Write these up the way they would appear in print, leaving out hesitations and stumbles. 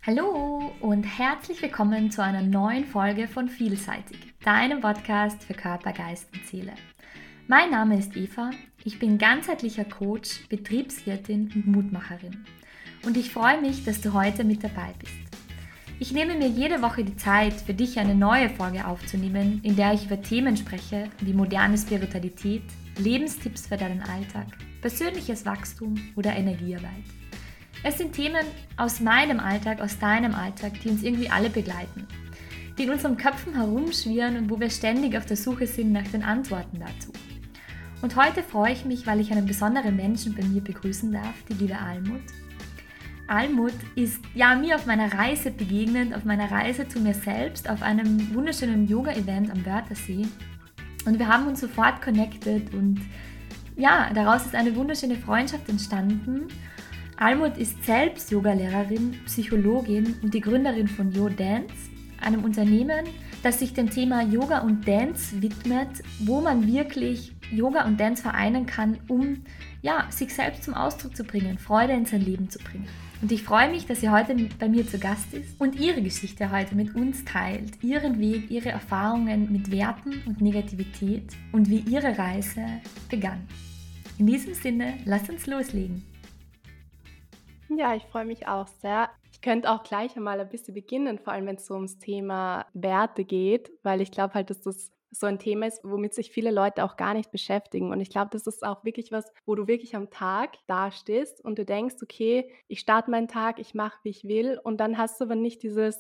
Hallo und herzlich willkommen zu einer neuen Folge von Vielseitig, deinem Podcast für Körper, Geist und Seele. Mein Name ist Eva, ich bin ganzheitlicher Coach, Betriebswirtin und Mutmacherin. Und ich freue mich, dass du heute mit dabei bist. Ich nehme mir jede Woche die Zeit, für dich eine neue Folge aufzunehmen, in der ich über Themen spreche, wie moderne Spiritualität, Lebenstipps für deinen Alltag, persönliches Wachstum oder Energiearbeit. Es sind Themen aus meinem Alltag, aus deinem Alltag, die uns irgendwie alle begleiten, die in unseren Köpfen herumschwirren und wo wir ständig auf der Suche sind nach den Antworten dazu. Und heute freue ich mich, weil ich einen besonderen Menschen bei mir begrüßen darf, die liebe Almut. Almut ist mir auf meiner Reise begegnet, auf meiner Reise zu mir selbst, auf einem wunderschönen Yoga-Event am Wörthersee. Und wir haben uns sofort connected und daraus ist eine wunderschöne Freundschaft entstanden. Almut ist selbst Yogalehrerin, Psychologin und die Gründerin von YoDance, einem Unternehmen, das sich dem Thema Yoga und Dance widmet, wo man wirklich Yoga und Dance vereinen kann, um sich selbst zum Ausdruck zu bringen, Freude in sein Leben zu bringen. Und ich freue mich, dass sie heute bei mir zu Gast ist und ihre Geschichte heute mit uns teilt, ihren Weg, ihre Erfahrungen mit Werten und Negativität und wie ihre Reise begann. In diesem Sinne, lasst uns loslegen. Ja, ich freue mich auch sehr. Ich könnte auch gleich einmal ein bisschen beginnen, vor allem wenn es so ums Thema Werte geht, weil ich glaube halt, dass das so ein Thema ist, womit sich viele Leute auch gar nicht beschäftigen. Und ich glaube, das ist auch wirklich was, wo du wirklich am Tag dastehst und du denkst, okay, ich starte meinen Tag, ich mache, wie ich will. Und dann hast du aber nicht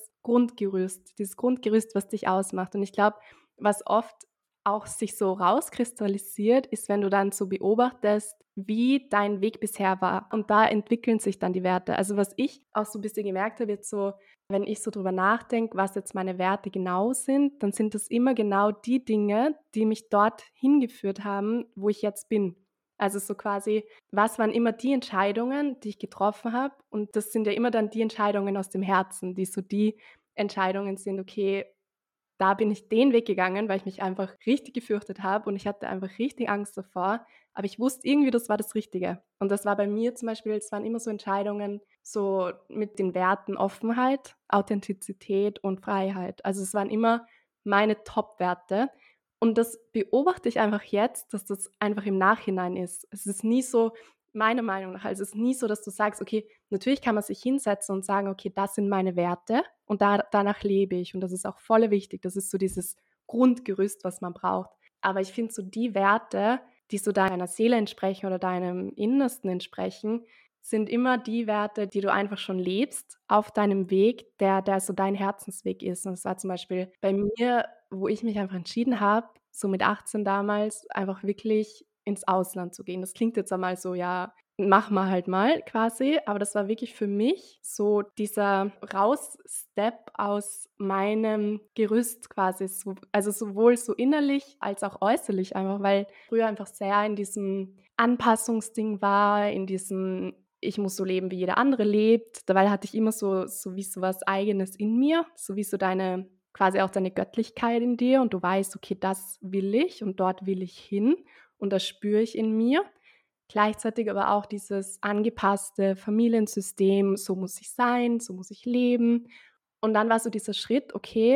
dieses Grundgerüst, was dich ausmacht. Und ich glaube, was oft auch sich so rauskristallisiert, ist, wenn du dann so beobachtest, wie dein Weg bisher war. Und da entwickeln sich dann die Werte. Also was ich auch so ein bisschen gemerkt habe, jetzt so, wenn ich so drüber nachdenke, was jetzt meine Werte genau sind, dann sind das immer genau die Dinge, die mich dort hingeführt haben, wo ich jetzt bin. Also so quasi, was waren immer die Entscheidungen, die ich getroffen habe? Und das sind ja immer dann die Entscheidungen aus dem Herzen, die so die Entscheidungen sind, okay, da bin ich den Weg gegangen, weil ich mich einfach richtig gefürchtet habe und ich hatte einfach richtig Angst davor. Aber ich wusste irgendwie, das war das Richtige. Und das war bei mir zum Beispiel, es waren immer so Entscheidungen so mit den Werten Offenheit, Authentizität und Freiheit. Also es waren immer meine Top-Werte. Und das beobachte ich einfach jetzt, dass das einfach im Nachhinein ist. Es ist nie so, meiner Meinung nach, also es ist nie so, dass du sagst, okay, natürlich kann man sich hinsetzen und sagen, okay, das sind meine Werte und danach lebe ich. Und das ist auch voll wichtig. Das ist so dieses Grundgerüst, was man braucht. Aber ich finde so die Werte, die so deiner Seele entsprechen oder deinem Innersten entsprechen, sind immer die Werte, die du einfach schon lebst auf deinem Weg, der so dein Herzensweg ist. Und das war zum Beispiel bei mir, wo ich mich einfach entschieden habe, so mit 18 damals, einfach wirklich ins Ausland zu gehen. Das klingt jetzt einmal so, ja, mach mal halt mal quasi, aber das war wirklich für mich so dieser Raus-Step aus meinem Gerüst quasi, also sowohl so innerlich als auch äußerlich einfach, weil ich früher einfach sehr in diesem Anpassungsding war, in diesem ich muss so leben, wie jeder andere lebt. Dabei hatte ich immer so wie so was Eigenes in mir, so wie so quasi auch deine Göttlichkeit in dir und du weißt, okay, das will ich und dort will ich hin und das spüre ich in mir. Gleichzeitig aber auch dieses angepasste Familiensystem, so muss ich sein, so muss ich leben. Und dann war so dieser Schritt, okay,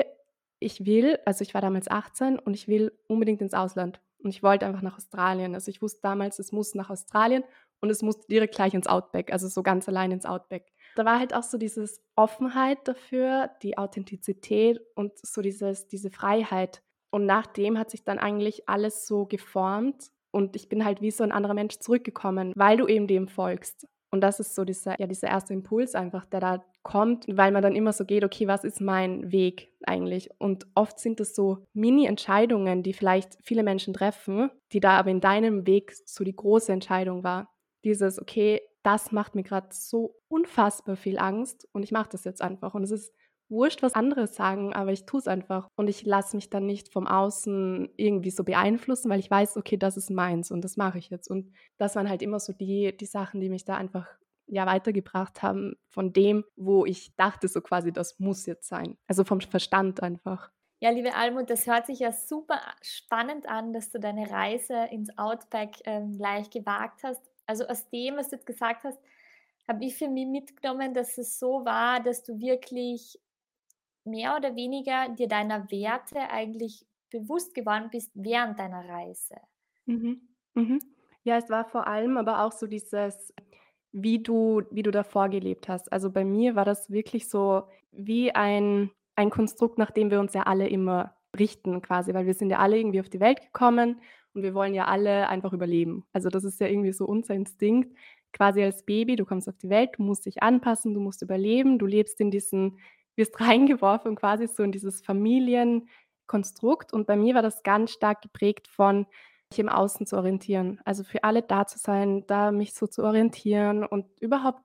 ich war damals 18 und ich will unbedingt ins Ausland. Und ich wollte einfach nach Australien. Also ich wusste damals, es muss nach Australien und es muss direkt gleich ins Outback, also so ganz allein ins Outback. Da war halt auch so dieses Offenheit dafür, die Authentizität und so diese Freiheit. Und nach dem hat sich dann eigentlich alles so geformt und ich bin halt wie so ein anderer Mensch zurückgekommen, weil du eben dem folgst. Und das ist so dieser erste Impuls einfach, der da kommt, weil man dann immer so geht, okay, was ist mein Weg eigentlich? Und oft sind das so Mini-Entscheidungen, die vielleicht viele Menschen treffen, die da aber in deinem Weg so die große Entscheidung war. Dieses, okay, das macht mir gerade so unfassbar viel Angst und ich mache das jetzt einfach. Und es ist wurscht, was andere sagen, aber ich tue es einfach. Und ich lasse mich dann nicht vom Außen irgendwie so beeinflussen, weil ich weiß, okay, das ist meins und das mache ich jetzt. Und das waren halt immer so die Sachen, die mich da einfach weitergebracht haben von dem, wo ich dachte so quasi, das muss jetzt sein. Also vom Verstand einfach. Ja, liebe Almut, das hört sich ja super spannend an, dass du deine Reise ins Outback gleich gewagt hast. Also aus dem, was du jetzt gesagt hast, habe ich für mich mitgenommen, dass es so war, dass du wirklich mehr oder weniger dir deiner Werte eigentlich bewusst geworden bist während deiner Reise. Mhm. Mhm. Ja, es war vor allem aber auch so dieses, wie du davor gelebt hast. Also, bei mir war das wirklich so wie ein Konstrukt, nach dem wir uns ja alle immer richten quasi, weil wir sind ja alle irgendwie auf die Welt gekommen und wir wollen ja alle einfach überleben. Also, das ist ja irgendwie so unser Instinkt quasi als Baby. Du kommst auf die Welt, du musst dich anpassen, du musst überleben, du lebst in diesen wirst reingeworfen quasi so in dieses Familienkonstrukt und bei mir war das ganz stark geprägt von mich im Außen zu orientieren. Also, für alle da zu sein, da mich so zu orientieren und überhaupt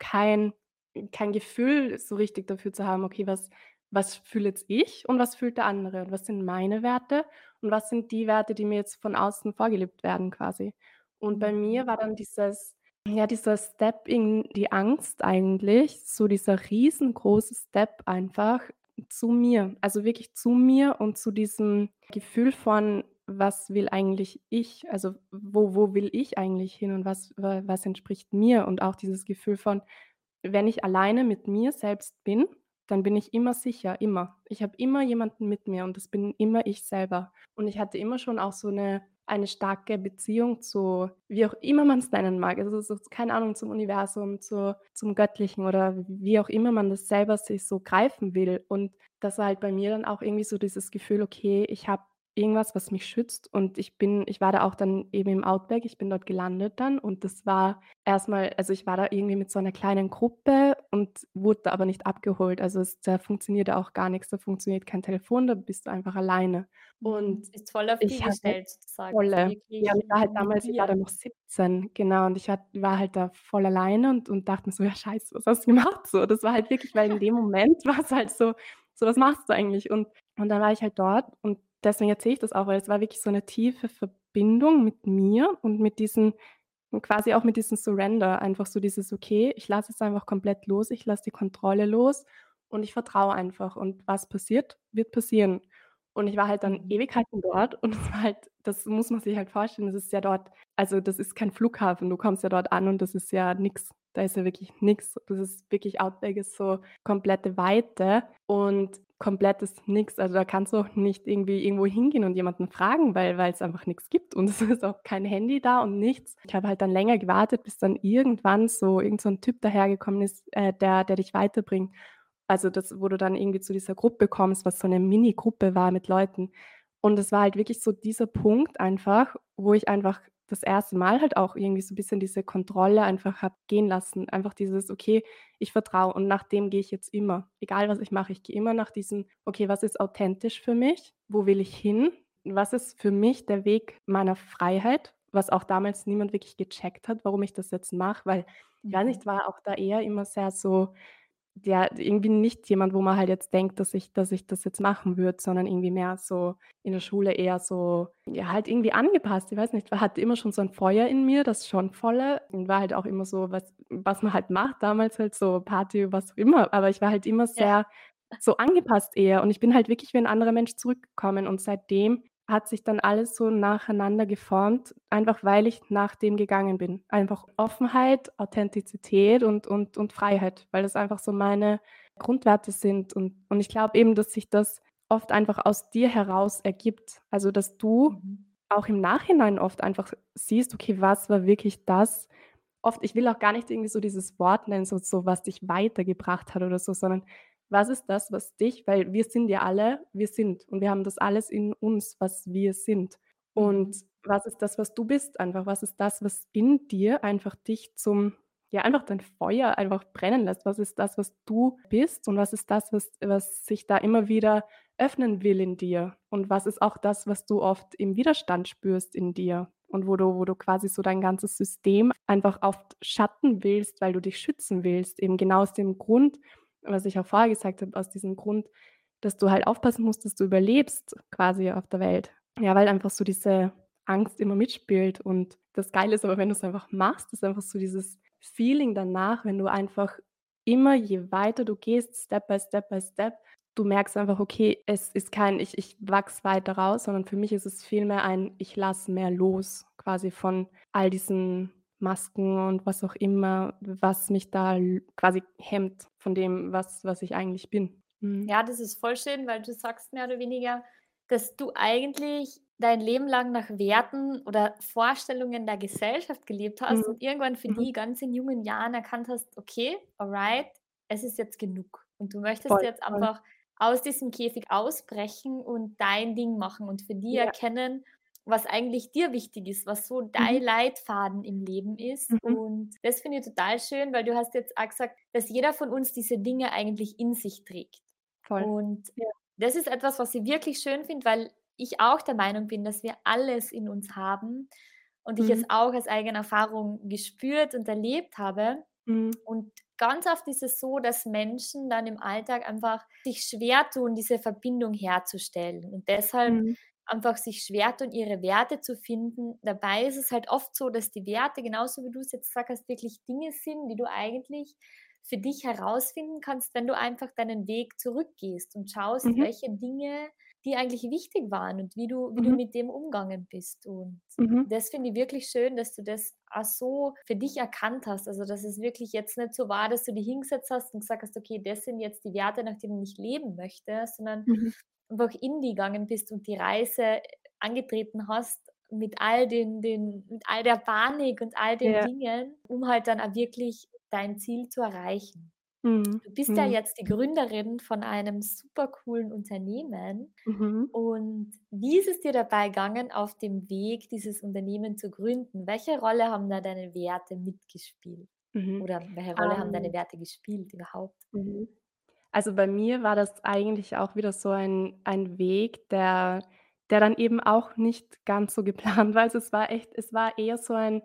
kein Gefühl so richtig dafür zu haben: „Okay, was fühle jetzt ich und was fühlt der andere und was sind meine Werte und was sind die Werte, die mir jetzt von außen vorgelebt werden“, quasi. Und bei mir Mhm. war dann dieser Step in die Angst eigentlich, so dieser riesengroße Step einfach zu mir. Also, wirklich zu mir und zu diesem Gefühl von: „Was will eigentlich ich?“ Also, wo will ich eigentlich hin und was entspricht mir? Und auch dieses Gefühl von: Wenn ich alleine mit mir selbst bin, dann bin ich immer sicher, immer. Ich habe immer jemanden mit mir und das bin immer ich selber. Und ich hatte immer schon auch so eine starke Beziehung zu wie auch immer man's nennen mag. Also, so keine Ahnung, zum Universum, zum Göttlichen oder wie auch immer man das selber sich so greifen will. Und das war halt bei mir dann auch irgendwie so dieses Gefühl: „Okay, ich habe irgendwas, was mich schützt.“ Und ich war da auch dann eben im Outback. Ich bin dort gelandet dann und das war also, ich war da irgendwie mit so einer kleinen Gruppe und wurde da aber nicht abgeholt. Also, da funktioniert ja auch gar nichts. Da funktioniert kein Telefon, da bist du einfach alleine. Und Mhm. Bist voll auf die ich hatte gestellt sozusagen, also volle ja, wirklich und ich war halt mit damals ich war da dir. noch 17, genau, und war halt da voll alleine und dachte mir so: „Ja, scheiße, was hast du gemacht?“ So, das war halt wirklich weil in dem Moment war's halt so: „Was machst du eigentlich?“ Und dann war ich halt dort und deswegen erzähle ich das auch, weil es war wirklich so 'ne tiefe Verbindung mit mir und mit diesen und quasi auch mit diesem Surrender, einfach so dieses: „Okay, ich lasse es einfach komplett los, ich lasse die Kontrolle los und ich vertraue einfach und was passiert, wird passieren.“ Und ich war halt dann Mhm. Ewigkeiten dort und es war halt das muss man sich halt vorstellen, das ist ja dort das ist kein Flughafen. Du kommst ja dort an und das ist ja nix. Da ist ja wirklich nix. Das ist wirklich Outback ist so komplette Weite und komplettes Nix. Also, da kannst du auch nicht irgendwie irgendwo hingehen und jemanden fragen, weil es einfach nix gibt und es ist auch kein Handy da und nichts. Ich habe halt dann länger gewartet, bis dann irgendwann irgend so 'n Typ dahergekommen ist, der dich weiterbringt. Also, wo du dann irgendwie zu dieser Gruppe kommst, was so 'ne Minigruppe war mit Leuten. Und es war halt wirklich so dieser Punkt einfach, wo ich einfach das erste Mal halt auch irgendwie so bisschen diese Kontrolle einfach habe gehen lassen. Einfach dieses: „Okay, ich vertraue und nach dem gehe ich jetzt immer. Egal, was ich mache, ich gehe immer nach diesem: „Okay, was ist authentisch für mich? Wo will ich hin? Was ist für mich der Weg meiner Freiheit?“ Was auch damals niemand wirklich gecheckt hat, warum ich das jetzt mache, weil ich weiß Mhm. nicht, war auch da eher immer sehr so ja, irgendwie nicht jemand, wo man halt jetzt denkt, dass ich das jetzt machen würde, sondern irgendwie mehr so in der Schule eher so, ja, halt irgendwie angepasst. Ich weiß nicht, hatte immer schon so ein Feuer in mir, das schon volle und war halt auch immer so, was man halt macht, damals halt so Party, was auch immer, aber ich war halt immer Ja. sehr so angepasst eher und ich bin halt wirklich wie ein anderer Mensch zurückgekommen und seitdem hat sich dann alles so nacheinander geformt, einfach weil ich nach dem gegangen bin. Einfach Offenheit, Authentizität und Freiheit, weil das einfach so meine Grundwerte sind und ich glaube eben, dass sich das oft einfach aus dir heraus ergibt. Also, dass du Mhm. auch im Nachhinein oft einfach siehst: „Okay, was war wirklich das?“ Oft ich will auch gar nicht irgendwie so dieses Wort nennen, so was dich weitergebracht hat oder so, sondern was ist das, was dich weil wir sind ja alle wir sind und wir haben das alles in uns, was wir sind. Und Mhm. was ist das, was du bist einfach? Was ist das, was in dir einfach dich zum ja, einfach dein Feuer einfach brennen lässt? Was ist das, was du bist und was ist das, was sich da immer wieder öffnen will in dir? Und was ist auch das, was du oft im Widerstand spürst in dir und wo du quasi so dein ganzes System einfach oft Schatten willst, weil du dich schützen willst, eben genau aus dem Grund, was ich auch vorher gesagt habe, aus diesem Grund, dass du halt aufpassen musst, dass du überlebst quasi auf der Welt. Ja, weil einfach so diese Angst immer mitspielt und das Geile ist aber, wenn du's einfach machst, ist einfach so dieses Feeling danach, wenn du einfach immer je weiter du gehst, Step by Step by Step, du merkst einfach, okay, es ist kein ich wachse weiter raus, sondern für mich ist es vielmehr ein ich lasse mehr los quasi von all diesen Masken und was auch immer, was mich da quasi hemmt von dem, was ich eigentlich bin. Mhm. Ja, das ist voll schön, weil du sagst mehr oder weniger, dass du eigentlich dein Leben lang nach Werten oder Vorstellungen der Gesellschaft gelebt hast Mhm. und irgendwann für Mhm. die ganz in jungen Jahren erkannt hast: „Okay, alright, es ist jetzt genug.“ Und du möchtest Voll, jetzt voll. einfach aus diesem Käfig ausbrechen und dein Ding machen und für die Ja. erkennen, was eigentlich dir wichtig ist, was so Mhm. dein Leitfaden im Leben ist. Mhm. Und das finde ich total schön, weil du hast jetzt auch gesagt, dass jeder von uns diese Dinge eigentlich in sich trägt. Voll. Und Ja. das ist etwas, was ich wirklich schön finde, weil ich auch der Meinung bin, dass wir alles in uns haben und ich es Mhm. auch aus eigener Erfahrung gespürt und erlebt habe. Mhm. Und ganz oft ist es so, dass Menschen dann im Alltag einfach sich schwer tun, diese Verbindung herzustellen und deshalb Mhm. einfach sich schwer tun, ihre Werte zu finden. Dabei ist es halt oft so, dass die Werte, genauso wie du es jetzt gesagt hast, wirklich Dinge sind, die du eigentlich für dich herausfinden kannst, wenn du einfach deinen Weg zurückgehst und schaust, Mhm. welche Dinge dir eigentlich wichtig waren und wie du Mhm. mit dem umgegangen bist. Und Mhm. das finde ich wirklich schön, dass du das auch so für dich erkannt hast. Also, dass es wirklich jetzt nicht so war, dass du dich hingesetzt hast und gesagt hast: „Okay, das sind jetzt die Werte, nach denen ich leben möchte“, sondern Mhm. einfach in die gegangen bist und die Reise angetreten hast mit all den mit all der Panik und all den Ja. Dingen, um halt dann auch wirklich dein Ziel zu erreichen. Mhm. Du bist ja Mhm. jetzt die Gründerin von einem super coolen Unternehmen. Mhm. Und wie ist es dir dabei gegangen auf dem Weg, dieses Unternehmen zu gründen? Welche Rolle haben da deine Werte mitgespielt? Mhm. Oder welche Rolle haben deine Ähm, Werte gespielt überhaupt? mhm. Also, bei mir war das eigentlich auch wieder so ein Weg, der dann eben auch nicht ganz so geplant war. Also, es war eher so ein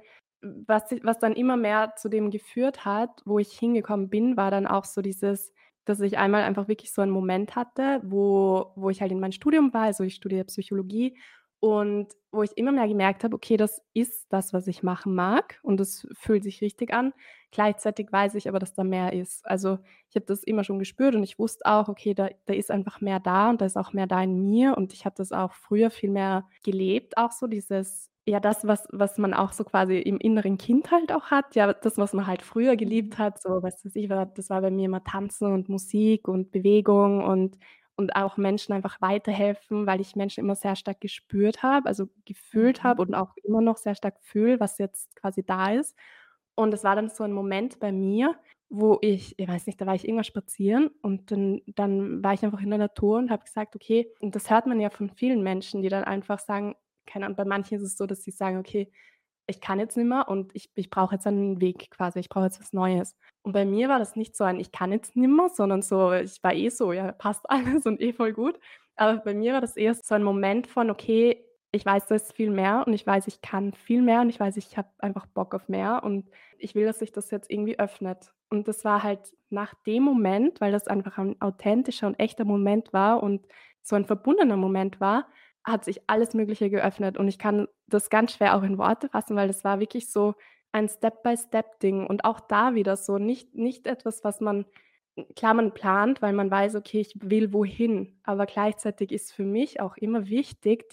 was dann immer mehr zu dem geführt hat, wo ich hingekommen bin, war dann auch so dieses, dass ich einmal einfach wirklich so einen Moment hatte, wo ich halt in meinem Studium war. Also, ich studiere Psychologie und wo ich immer mehr gemerkt habe: „Okay, das ist das, was ich machen mag und das fühlt sich richtig an.“ Gleichzeitig weiß ich aber, dass da mehr ist. Also, ich habe das immer schon gespürt und ich wusste auch, okay, da ist einfach mehr da und da ist auch mehr da in mir und ich habe das auch früher viel mehr gelebt, auch so dieses ja, das, was man auch so quasi im inneren Kind halt auch hat, ja, das, was man halt früher geliebt Mhm. hat, so, was weiß ich, das war bei mir immer Tanzen und Musik und Bewegung und auch Menschen einfach weiterhelfen, weil ich Menschen immer sehr stark gespürt habe, also gefühlt Mhm. habe und auch immer noch sehr stark fühle, was jetzt quasi da ist. Und es war dann so 'n Moment bei mir, wo ich weiß nicht, da war ich irgendwann spazieren und dann war ich einfach in der Natur und habe gesagt: „Okay“, und das hört man ja von vielen Menschen, die dann einfach sagen keine Ahnung, bei manchen ist es so, dass sie sagen: „Okay, ich kann jetzt nimmer und ich brauche jetzt einen Weg quasi, ich brauche jetzt was Neues.“ Und bei mir war das nicht so ein „Ich kann jetzt nimmer“, sondern so ich war eh so: „Ja, passt alles und eh voll gut.“ Aber bei mir war das eher so ein Moment von: „Okay, ich weiß, da ist viel mehr und ich weiß, ich kann viel mehr und ich weiß, ich habe einfach Bock auf mehr und ich will, dass sich das jetzt irgendwie öffnet.“ Und das war halt nach dem Moment, weil das einfach ein authentischer und echter Moment war und so ein verbundener Moment war, hat sich alles Mögliche geöffnet und ich kann das ganz schwer auch in Worte fassen, weil das war wirklich so ein Step-by-Step-Ding und auch da wieder so nicht etwas, was man klar, man plant, weil man weiß: „Okay, ich will wohin“, aber gleichzeitig ist für mich auch immer wichtig,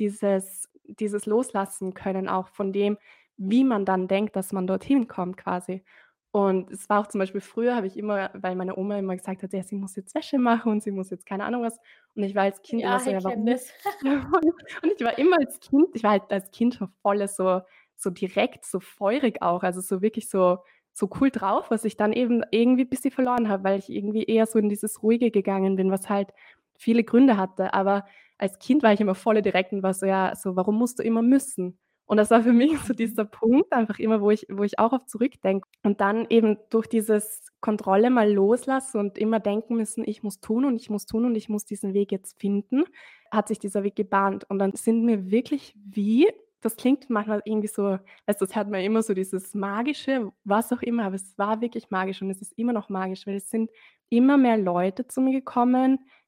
dieses Loslassen können auch von dem, wie man dann denkt, dass man dorthin kommt quasi. Und es war auch zum Beispiel früher habe ich immer weil meine Oma immer gesagt hat: „Ja, sie muss jetzt Wäsche machen und sie muss jetzt keine Ahnung was.“ Und ich war als Kind immer Ja, so: ich „Ja, kenne warum?“ das. Ja, voll. Und ich war halt als Kind schon voll so direkt, so feurig auch, also so wirklich so cool drauf, was ich dann eben irgendwie bisschen verloren habe, weil ich irgendwie eher so in dieses Ruhige gegangen bin, was halt viele Gründe hatte. Aber als Kind war ich immer voll direkt und war so: „Ja, so, warum musst du immer müssen?“ Und das war für mich so Mhm. dieser Punkt einfach immer, wo ich auch oft zurückdenke. Und dann eben durch dieses Kontrolle mal loslassen und immer denken müssen: „Ich muss tun und ich muss tun und ich muss diesen Weg jetzt finden“, hat sich dieser Weg gebahnt. Und dann sind mir wirklich wie das klingt manchmal irgendwie so das hat man immer so dieses Magische, was auch immer, aber es war wirklich magisch und es ist immer noch magisch, weil es sind immer mehr Leute zu mir gekommen,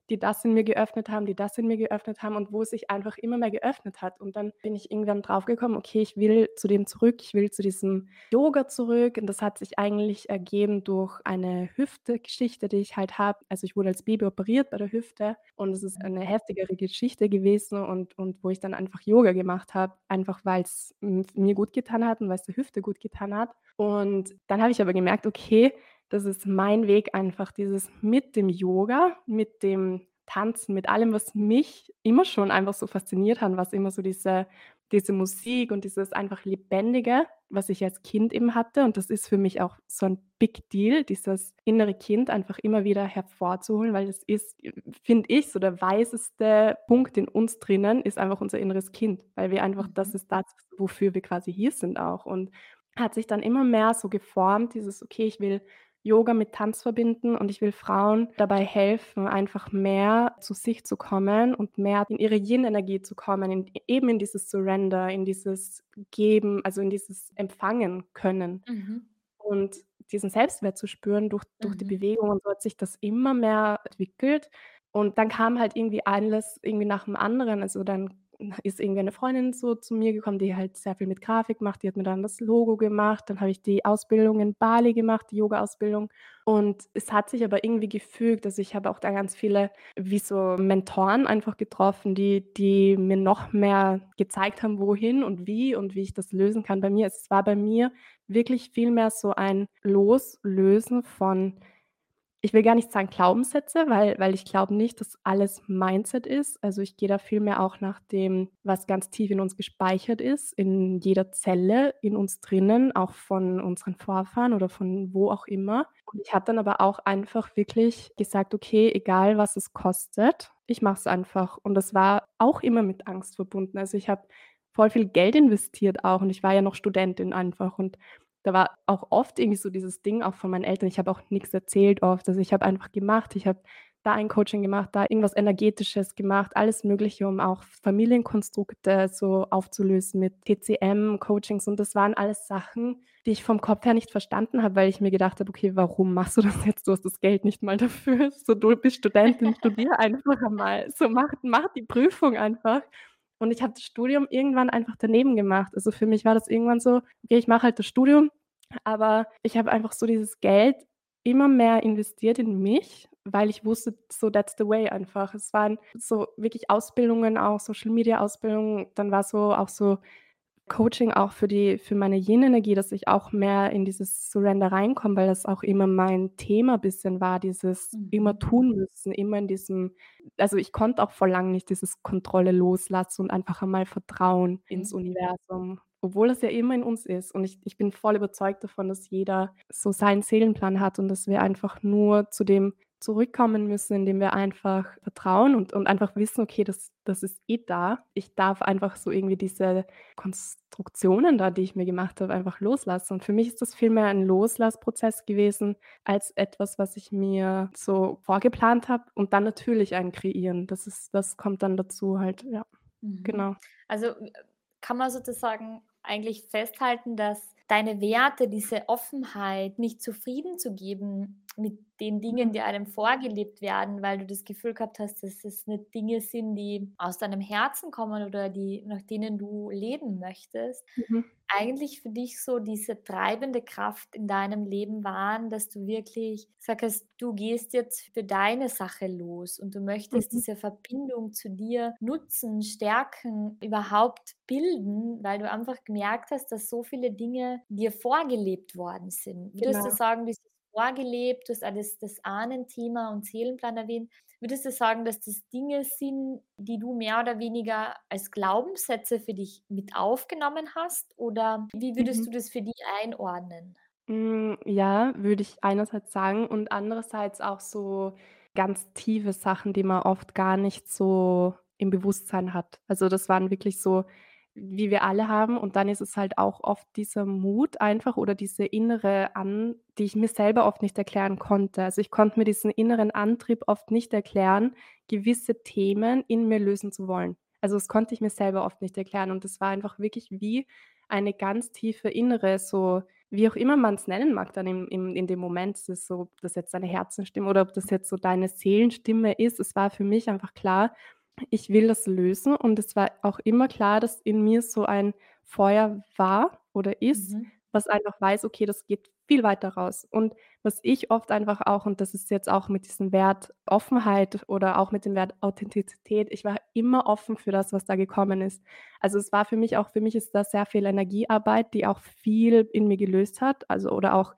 die das in mir geöffnet haben, die das in mir geöffnet haben und wo es sich einfach immer mehr geöffnet hat. Und dann bin ich irgendwann draufgekommen: „Okay, ich will zu dem zurück, ich will zu diesem Yoga zurück." Und das hat sich eigentlich ergeben durch eine Hüfte-Geschichte, die ich halt habe. Also, ich wurde als Baby operiert bei der Hüfte und es ist eine heftigere Geschichte gewesen und wo ich dann einfach Yoga gemacht habe, einfach weil's, mir gut getan hat und weil's der Hüfte gut getan hat. Und dann habe ich aber gemerkt: „Okay, das ist mein Weg einfach, dieses mit dem Yoga, mit dem Tanzen, mit allem, was mich immer schon einfach so fasziniert hat, was immer so diese Musik und dieses einfach Lebendige, was ich als Kind eben hatte. Und das ist für mich auch so ein Big Deal, dieses innere Kind einfach immer wieder hervorzuholen, weil das ist, finde ich, so der weiseste Punkt in uns drinnen ist einfach unser inneres Kind, weil wir einfach das Mhm. ist das, wofür wir quasi hier sind auch. Und hat sich dann immer mehr so geformt, dieses: „Okay, ich will Yoga mit Tanz verbinden und ich will Frauen dabei helfen, einfach mehr zu sich zu kommen und mehr in ihre Yin-Energie zu kommen, eben in dieses Surrender, in dieses Geben, also in dieses Empfangen können Mhm. und diesen Selbstwert zu spüren durch die Mhm. Bewegung und so hat sich das immer mehr entwickelt. Und dann kam halt irgendwie alles irgendwie nach dem anderen. Also, dann ist irgendwie eine Freundin so zu mir gekommen, die halt sehr viel mit Grafik macht. Die hat mir dann das Logo gemacht. Dann habe ich die Ausbildung in Bali gemacht, die Yoga-Ausbildung. Und es hat sich aber irgendwie gefügt. Also, ich habe auch da ganz viele wie so Mentoren einfach getroffen, die mir noch mehr gezeigt haben, wohin und wie ich das lösen kann bei mir. Es war bei mir wirklich viel mehr so ein Loslösen von, ich will gar nicht sagen Glaubenssätze, weil ich glaube nicht, dass alles Mindset ist. Also, ich gehe da viel mehr auch nach dem, was ganz tief in uns gespeichert ist, in jeder Zelle in uns drinnen, auch von unseren Vorfahren oder von wo auch immer. Und ich habe dann aber auch einfach wirklich gesagt: „Okay, egal was es kostet, ich mache es einfach." Und das war auch immer mit Angst verbunden. Also, ich habe voll viel Geld investiert auch und ich war ja noch Studentin einfach und da war auch oft irgendwie so dieses Ding auch von meinen Eltern, ich habe auch nix erzählt oft. Also, ich habe einfach gemacht. Ich habe da ein Coaching gemacht, da irgendwas Energetisches gemacht, alles Mögliche, um auch Familienkonstrukte so aufzulösen mit TCM-Coachings. Und das waren alles Sachen, die ich vom Kopf her nicht verstanden habe, weil ich mir gedacht habe: „Okay, warum machst du das jetzt? Du hast das Geld nicht mal dafür. So, du bist Studentin, studier einfach einmal. So, mach die Prüfung einfach." Und ich habe das Studium irgendwann einfach daneben gemacht. Also, für mich war das irgendwann so: „Okay, ich mache halt das Studium." Aber ich habe einfach so dieses Geld immer mehr investiert in mich, weil ich wusste, so that's the way einfach. Es waren so wirklich Ausbildungen, auch Social-Media-Ausbildungen. Dann war so auch so Coaching auch für meine Yin-Energie, dass ich auch mehr in dieses Surrender reinkomme, weil das auch immer mein Thema bisschen war, dieses immer Mhm. tun müssen, immer in diesem, also, ich konnte auch vor lang nicht dieses Kontrolle loslassen und einfach einmal vertrauen ins Mhm. Universum, obwohl es ja immer in uns ist. Und ich bin voll überzeugt davon, dass jeder so seinen Seelenplan hat und dass wir einfach nur zu dem zurückkommen müssen, indem wir einfach vertrauen und einfach wissen: „Okay, das ist eh da." Ich darf einfach so irgendwie diese Konstruktionen da, die ich mir gemacht habe, einfach loslassen. Und für mich ist das vielmehr ein Loslassprozess gewesen als etwas, was ich mir so vorgeplant habe und dann natürlich ein Kreieren. Das kommt dann dazu halt, ja, Mhm. genau. Also, kann man sozusagen eigentlich festhalten, dass deine Werte, diese Offenheit, nicht zufrieden zu geben mit den Dingen, Mhm, die einem vorgelebt werden, weil du das Gefühl gehabt hast, dass es nicht Dinge sind, die aus deinem Herzen kommen oder die nach denen du leben möchtest, mhm, eigentlich für dich so diese treibende Kraft in deinem Leben waren, dass du wirklich sagst, du gehst jetzt für deine Sache los und du möchtest mhm, diese Verbindung zu dir nutzen, stärken, überhaupt bilden, weil du einfach gemerkt hast, dass so viele Dinge dir vorgelebt worden sind. Würdest du genau. sagen, dieses vorgelebt, du hast alles das Ahnenthema und Seelenplan erwähnt, würdest du sagen, dass das Dinge sind, die du mehr oder weniger als Glaubenssätze für dich mit aufgenommen hast? Oder wie würdest Mhm. du das für dich einordnen? Ja, würde ich einerseits sagen und andererseits auch so ganz tiefe Sachen, die man oft gar nicht so im Bewusstsein hat. Also, das waren wirklich so, wie wir alle haben und dann ist es halt auch oft dieser Mut einfach oder diese innere die ich mir selber oft nicht erklären konnte. Also, ich konnte mir diesen inneren Antrieb oft nicht erklären, gewisse Themen in mir lösen zu wollen. Also, das konnte ich mir selber oft nicht erklären und das war einfach wirklich wie eine ganz tiefe innere so wie auch immer man es nennen mag dann in dem Moment, ist es so, ob das jetzt deine Herzenstimme oder ob das jetzt so deine Seelenstimme ist. Es war für mich einfach klar, ich will das lösen und es war auch immer klar, dass in mir so ein Feuer war oder ist, Mhm. was einfach weiß: „Okay, das geht viel weiter raus.“ Und was ich oft einfach auch und das ist jetzt auch mit diesem Wert Offenheit oder auch mit dem Wert Authentizität, ich war immer offen für das, was da gekommen ist. Also, es war für mich ist das sehr viel Energiearbeit, die auch viel in mir gelöst hat, also oder auch,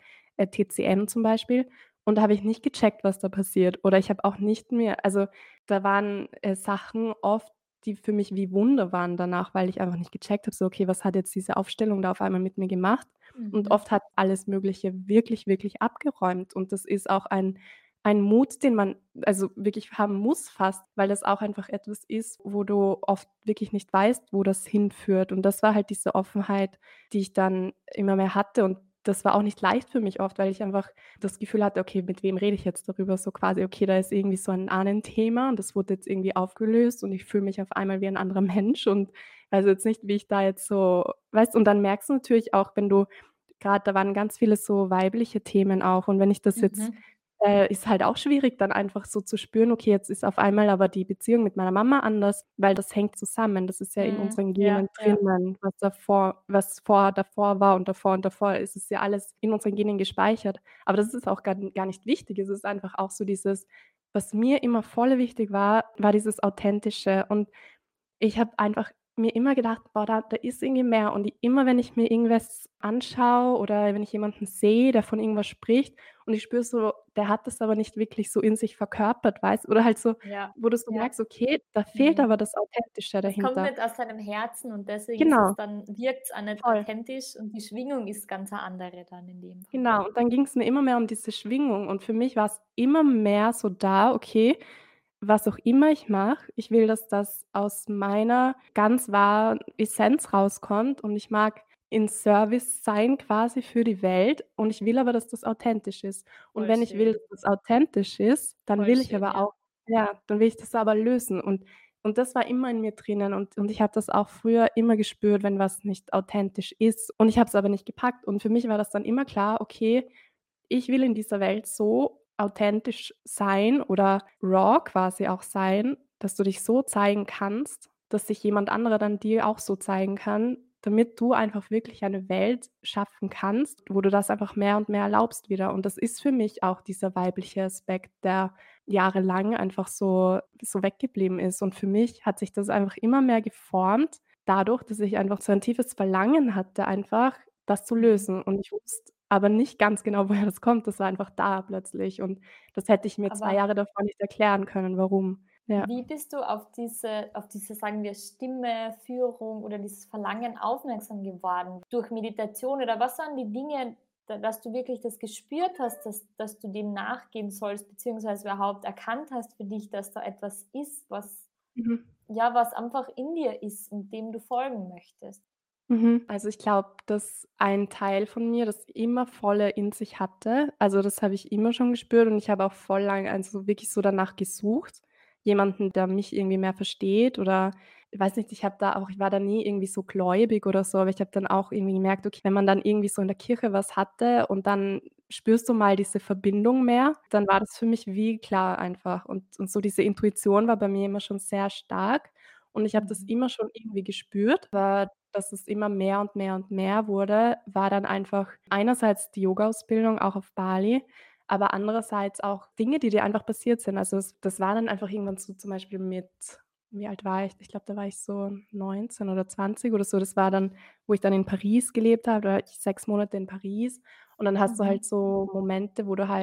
TCM zum Beispiel. Und da habe ich nicht gecheckt, was da passiert. Oder ich habe auch nicht mehr also da waren, Sachen oft, die für mich wie Wunder waren danach, weil ich einfach nicht gecheckt habe, so: „Okay, was hat jetzt diese Aufstellung da auf einmal mit mir gemacht?“ Und Mhm. oft hat alles Mögliche wirklich, wirklich abgeräumt. Und das ist auch ein Mut, den man also wirklich haben muss fast, weil das auch einfach etwas ist, wo du oft wirklich nicht weißt, wo das hinführt. Und das war halt diese Offenheit, die ich dann immer mehr hatte. Und das war auch nicht leicht für mich oft, weil ich einfach das Gefühl hatte: „Okay, mit wem rede ich jetzt darüber?“ So quasi, okay, da ist irgendwie so ein Ahnenthema und das wurde jetzt irgendwie aufgelöst und ich fühle mich auf einmal wie ein anderer Mensch und weiß jetzt nicht, wie ich da jetzt so weißt und dann merkst du natürlich auch, wenn du grad da waren ganz viele so weibliche Themen auch und wenn ich das jetzt Mhm. ist halt auch schwierig, dann einfach so zu spüren: „Okay, jetzt ist auf einmal aber die Beziehung mit meiner Mama anders“, weil das hängt zusammen. Das ist ja in Mhm. unseren Ja, Genen ja. drinnen, was davor war und davor ist es ja alles in unseren Genen gespeichert. Aber das ist auch gar nicht wichtig. Es ist einfach auch so dieses was mir immer voll wichtig war, war dieses Authentische und ich habe einfach mir immer gedacht: „Boah, da ist irgendwie mehr.“ Und immer, wenn ich mir irgendwas anschaue oder wenn ich jemanden sehe, der von irgendwas spricht und ich spüre so, der hat das aber nicht wirklich so in sich verkörpert, weißt oder halt so, Ja, wo du so ja. merkst: „Okay, da fehlt aber Mhm. das Authentische Es kommt dahinter.“ nicht aus deinem Herzen und deswegen ist es Genau, dann wirkt's auch nicht voll. authentisch und die Schwingung ist ganz eine andere dann in dem Fall. Genau, und dann ging's mir immer mehr um diese Schwingung und für mich war's immer mehr so da: „Okay, was auch immer ich mache, ich will, dass das aus meiner ganz wahren Essenz rauskommt und ich mag in Service sein quasi für die Welt und ich will aber, dass das authentisch ist. Und Voll wenn ich will, schön, dass das authentisch ist, dann voll will ich schön, aber ja. auch ja, dann will ich das aber lösen und das war immer in mir drinnen und ich habe das auch früher immer gespürt, wenn was nicht authentisch ist und ich habe es aber nicht gepackt und für mich war das dann immer klar: „Okay, ich will in dieser Welt so authentisch sein oder raw quasi auch sein, dass du dich so zeigen kannst, dass sich jemand anderer dann dir auch so zeigen kann, damit du einfach wirklich eine Welt schaffen kannst, wo du das einfach mehr und mehr erlaubst wieder. Und das ist für mich auch dieser weibliche Aspekt, der jahrelang einfach so weggeblieben ist. Und für mich hat sich das einfach immer mehr geformt, dadurch, dass ich einfach so ein tiefes Verlangen hatte, einfach das zu Mhm. lösen. Und ich wusste aber nicht ganz genau, woher das kommt. Das war einfach da plötzlich und das hätte ich mir 2 Aber Jahre davor nicht erklären können, warum. Ja. wie bist du auf diese, sagen wir, Stimme, Führung oder dieses Verlangen aufmerksam geworden? Durch Meditation oder was waren die Dinge, dass du wirklich das gespürt hast, dass du dem nachgehen sollst, beziehungsweise überhaupt erkannt hast für dich, dass da etwas ist, was Mhm. ja, was einfach in dir ist und dem du folgen möchtest? Mhm. Also, ich glaube, dass ein Teil von mir das immer volle in sich hatte. Also, das habe ich immer schon gespürt und ich habe auch voll lang also, wirklich so danach gesucht, jemanden, der mich irgendwie mehr versteht oder ich weiß nicht, ich war da nie irgendwie so gläubig oder so, aber ich habe dann auch irgendwie gemerkt, okay, wenn man dann irgendwie so in der Kirche was hatte und dann spürst du mal diese Verbindung mehr, dann war das für mich wie klar einfach und so diese Intuition war bei mir immer schon sehr stark und ich habe das Mhm. immer schon irgendwie gespürt, aber dass es immer mehr und mehr und mehr wurde, war dann einfach einerseits die Yogaausbildung auch auf Bali, aber andererseits auch Dinge, die dir einfach passiert sind. Also, das war dann einfach irgendwann so zum Beispiel mit wie alt war ich? Ich glaube, da war ich so 19 oder 20 oder so. Das war dann, wo ich dann in Paris gelebt habe, da war ich 6 Monate in Paris und dann hast du Mhm. halt so Momente,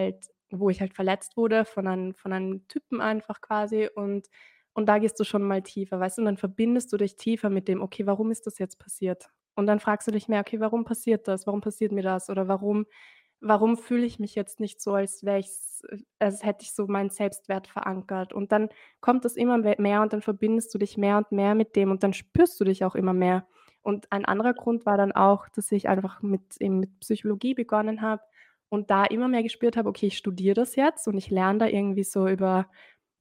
wo ich halt verletzt wurde von einem Typen einfach quasi und da gehst du schon mal tiefer, weißt du? Und dann verbindest du dich tiefer mit dem: „Okay, warum ist das jetzt passiert?“ Und dann fragst du dich mehr: „Okay, warum passiert das? Warum passiert mir das?“ Oder „Warum fühle ich mich jetzt nicht so, als hätte ich so meinen Selbstwert verankert?“ Und dann kommt das immer mehr und dann verbindest du dich mehr und mehr mit dem und dann spürst du dich auch immer mehr. Und ein anderer Grund war dann auch, dass ich einfach mit Psychologie begonnen habe und da immer mehr gespürt habe: „Okay, ich studiere das jetzt und ich lerne da irgendwie so über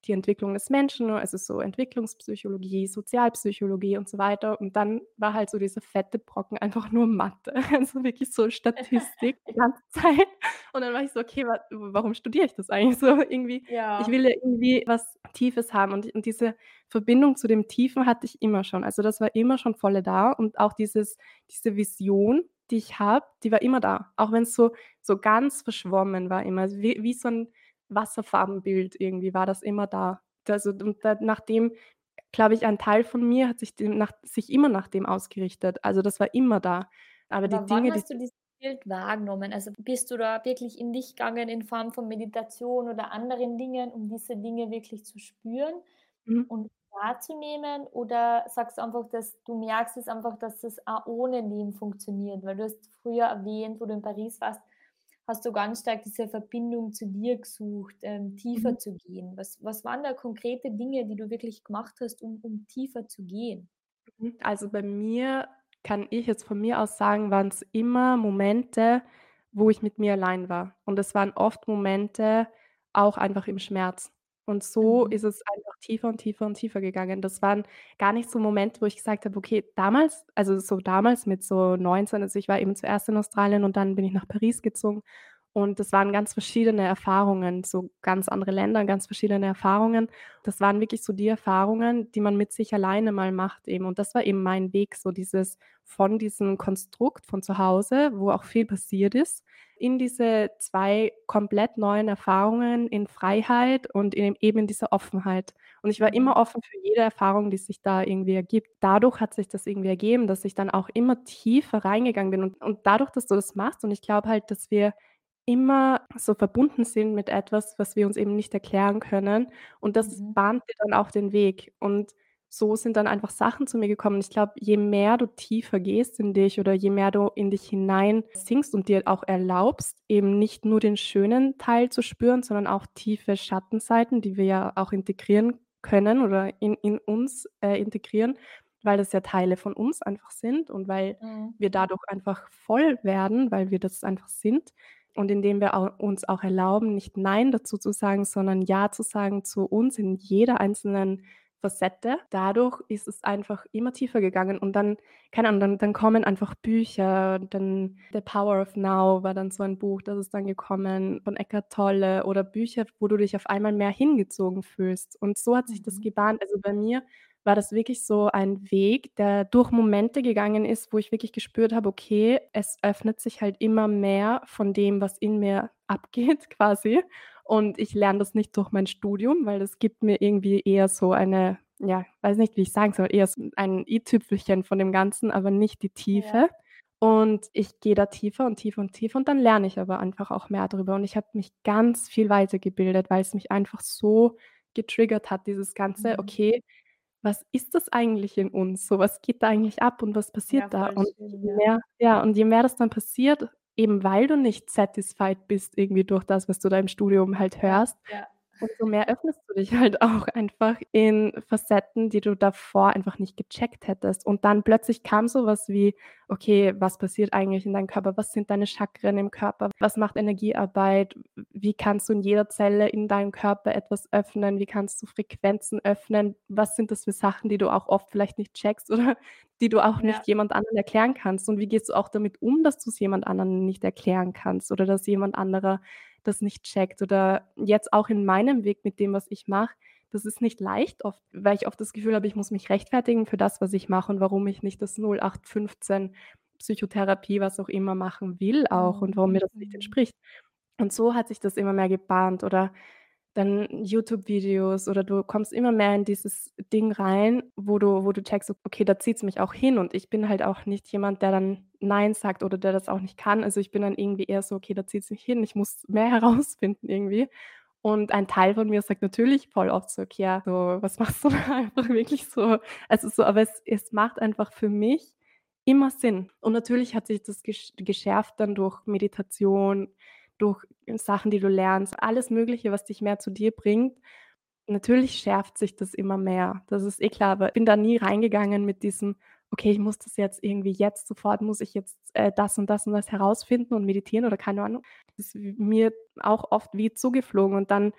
die Entwicklung des Menschen, also so Entwicklungspsychologie, Sozialpsychologie und so weiter. Und dann war halt so dieser fette Brocken einfach nur Mathe, also wirklich so Statistik die ganze Zeit. Und dann war ich so: „Okay, wa warum studiere ich das eigentlich so?“ Irgendwie ich Ja. will ja irgendwie was Tiefes haben und diese Verbindung zu dem Tiefen hatte ich immer schon. Also, das war immer schon voll da und auch diese Vision, die ich habe, die war immer da, auch wenn's so ganz verschwommen war immer, also wie so 'n Wasserfarbenbild irgendwie war das immer da. Also, und da nachdem glaube ich, ein Teil von mir hat sich immer nach dem ausgerichtet. Also, das war immer da. Aber die Aber wann Dinge, die hast du dieses Bild wahrgenommen? Also, bist du da wirklich in dich gegangen in Form von Meditation oder anderen Dingen, um diese Dinge wirklich zu spüren mhm, und wahrzunehmen? Oder sagst du einfach, dass du merkst es einfach, dass es auch ohne Leben funktioniert? Weil du hast früher erwähnt, wo du in Paris warst, hast du ganz stark diese Verbindung zu dir gesucht, mhm. tiefer zu gehen. Was waren da konkrete Dinge, die du wirklich gemacht hast, um tiefer zu gehen? Also, bei mir kann ich jetzt von mir aus sagen, waren's immer Momente, wo ich mit mir allein war. Und es waren oft Momente auch einfach im Schmerz. Und so Mhm. ist es einfach tiefer und tiefer und tiefer gegangen. Das waren gar nicht so Momente, wo ich gesagt habe: „Okay, damals“, also, so damals mit so 19, also, ich war eben zuerst in Australien und dann bin ich nach Paris gezogen. Und das waren ganz verschiedene Erfahrungen, so ganz andere Länder, ganz verschiedene Erfahrungen. Das waren wirklich so die Erfahrungen, die man mit sich alleine mal macht eben. Und das war eben mein Weg, so dieses von diesem Konstrukt von zu Hause, wo auch viel passiert ist, in diese 2 komplett neuen Erfahrungen in Freiheit und eben in dieser Offenheit. Und ich war immer Mhm. offen für jede Erfahrung, die sich da irgendwie ergibt. Dadurch hat sich das irgendwie ergeben, dass ich dann auch immer tiefer reingegangen bin und dadurch, dass du das machst und ich glaube halt, dass wir immer so verbunden sind mit etwas, was wir uns eben nicht erklären können. Und das Mhm. bahnt dir dann auch den Weg. Und so sind dann einfach Sachen zu mir gekommen. Ich glaube, je mehr du tiefer gehst in dich oder je mehr du in dich hinein sinkst und dir auch erlaubst, eben nicht nur den schönen Teil zu spüren, sondern auch tiefe Schattenseiten, die wir ja auch integrieren können oder in uns, integrieren, weil das ja Teile von uns einfach sind und weil Mhm. wir dadurch einfach voll werden, weil wir das einfach sind. Und indem wir uns auch erlauben, nicht „Nein“ dazu zu sagen, sondern „Ja“ zu sagen zu uns in jeder einzelnen Facette. Dadurch ist es einfach immer tiefer gegangen und dann keine Ahnung, dann kommen einfach Bücher, dann „The Power of Now“ war dann so ein Buch, das ist dann gekommen von Eckhart Tolle oder Bücher, wo du dich auf einmal mehr hingezogen fühlst. Und so hat sich das Mhm. gebahnt. Also, bei mir war das wirklich so ein Weg, der durch Momente gegangen ist, wo ich wirklich gespürt habe, okay, es öffnet sich halt immer mehr von dem, was in mir abgeht quasi. Und ich lerne das nicht durch mein Studium, weil das gibt mir irgendwie eher so eine, ja, weiß nicht, wie ich sagen soll, eher so ein i-Tüpfelchen von dem Ganzen, aber nicht die Ja. Tiefe. Und ich gehe da tiefer und tiefer und tiefer und dann lerne ich aber einfach auch mehr darüber. Und ich habe mich ganz viel weitergebildet, weil es mich einfach so getriggert hat, dieses Ganze: Mhm. „Okay, was ist das eigentlich in uns? So, was geht da eigentlich ab und was Ja, passiert da?“ voll Und schön, je ja. mehr ja, und je mehr das dann passiert, eben weil du nicht satisfied bist irgendwie durch das, was du da im Studium halt Ja, hörst, ja. umso mehr öffnest du dich halt auch einfach in Facetten, die du davor einfach nicht gecheckt hättest. Und dann plötzlich kam so was wie: „Okay, was passiert eigentlich in deinem Körper? Was sind deine Chakren im Körper? Was macht Energiearbeit? Wie kannst du in jeder Zelle in deinem Körper etwas öffnen? Wie kannst du Frequenzen öffnen? Was sind das für Sachen, die du auch oft vielleicht nicht checkst oder die du auch Ja, nicht jemand anderen erklären kannst? Und wie gehst du auch damit um, dass du's jemand anderen nicht erklären kannst oder dass jemand anderer das nicht checkt oder jetzt auch in meinem Weg mit dem, was ich mache, das ist nicht leicht oft, weil ich oft das Gefühl habe, ich muss mich rechtfertigen für das, was ich mache und warum ich nicht das 0815 Psychotherapie, was auch immer, machen will auch und mhm, warum mir das nicht mhm. entspricht. Und so hat sich das immer mehr gebahnt oder dann YouTube-Videos oder du kommst immer mehr in dieses Ding rein, wo du checkst, okay, da zieht's mich auch hin und ich bin halt auch nicht jemand, der dann nein sagt oder der das auch nicht kann. Also, ich bin dann irgendwie eher so: „Okay, da zieht's mich hin, ich muss mehr herausfinden irgendwie.“ Und ein Teil von mir sagt natürlich voll oft so: „Okay, ja, so, was machst du da?“ Einfach wirklich so, also, so, aber es macht einfach für mich immer Sinn. Und natürlich hat sich das geschärft dann durch Meditation, durch Sachen, die du lernst, alles Mögliche, was dich mehr zu dir bringt. Natürlich schärft sich das immer mehr. Das ist eh klar, aber ich bin da nie reingegangen mit diesem: „Okay, ich muss das jetzt irgendwie jetzt sofort muss ich jetzt, das und das herausfinden und meditieren“ oder keine Ahnung. Das ist mir auch oft wie zugeflogen und dann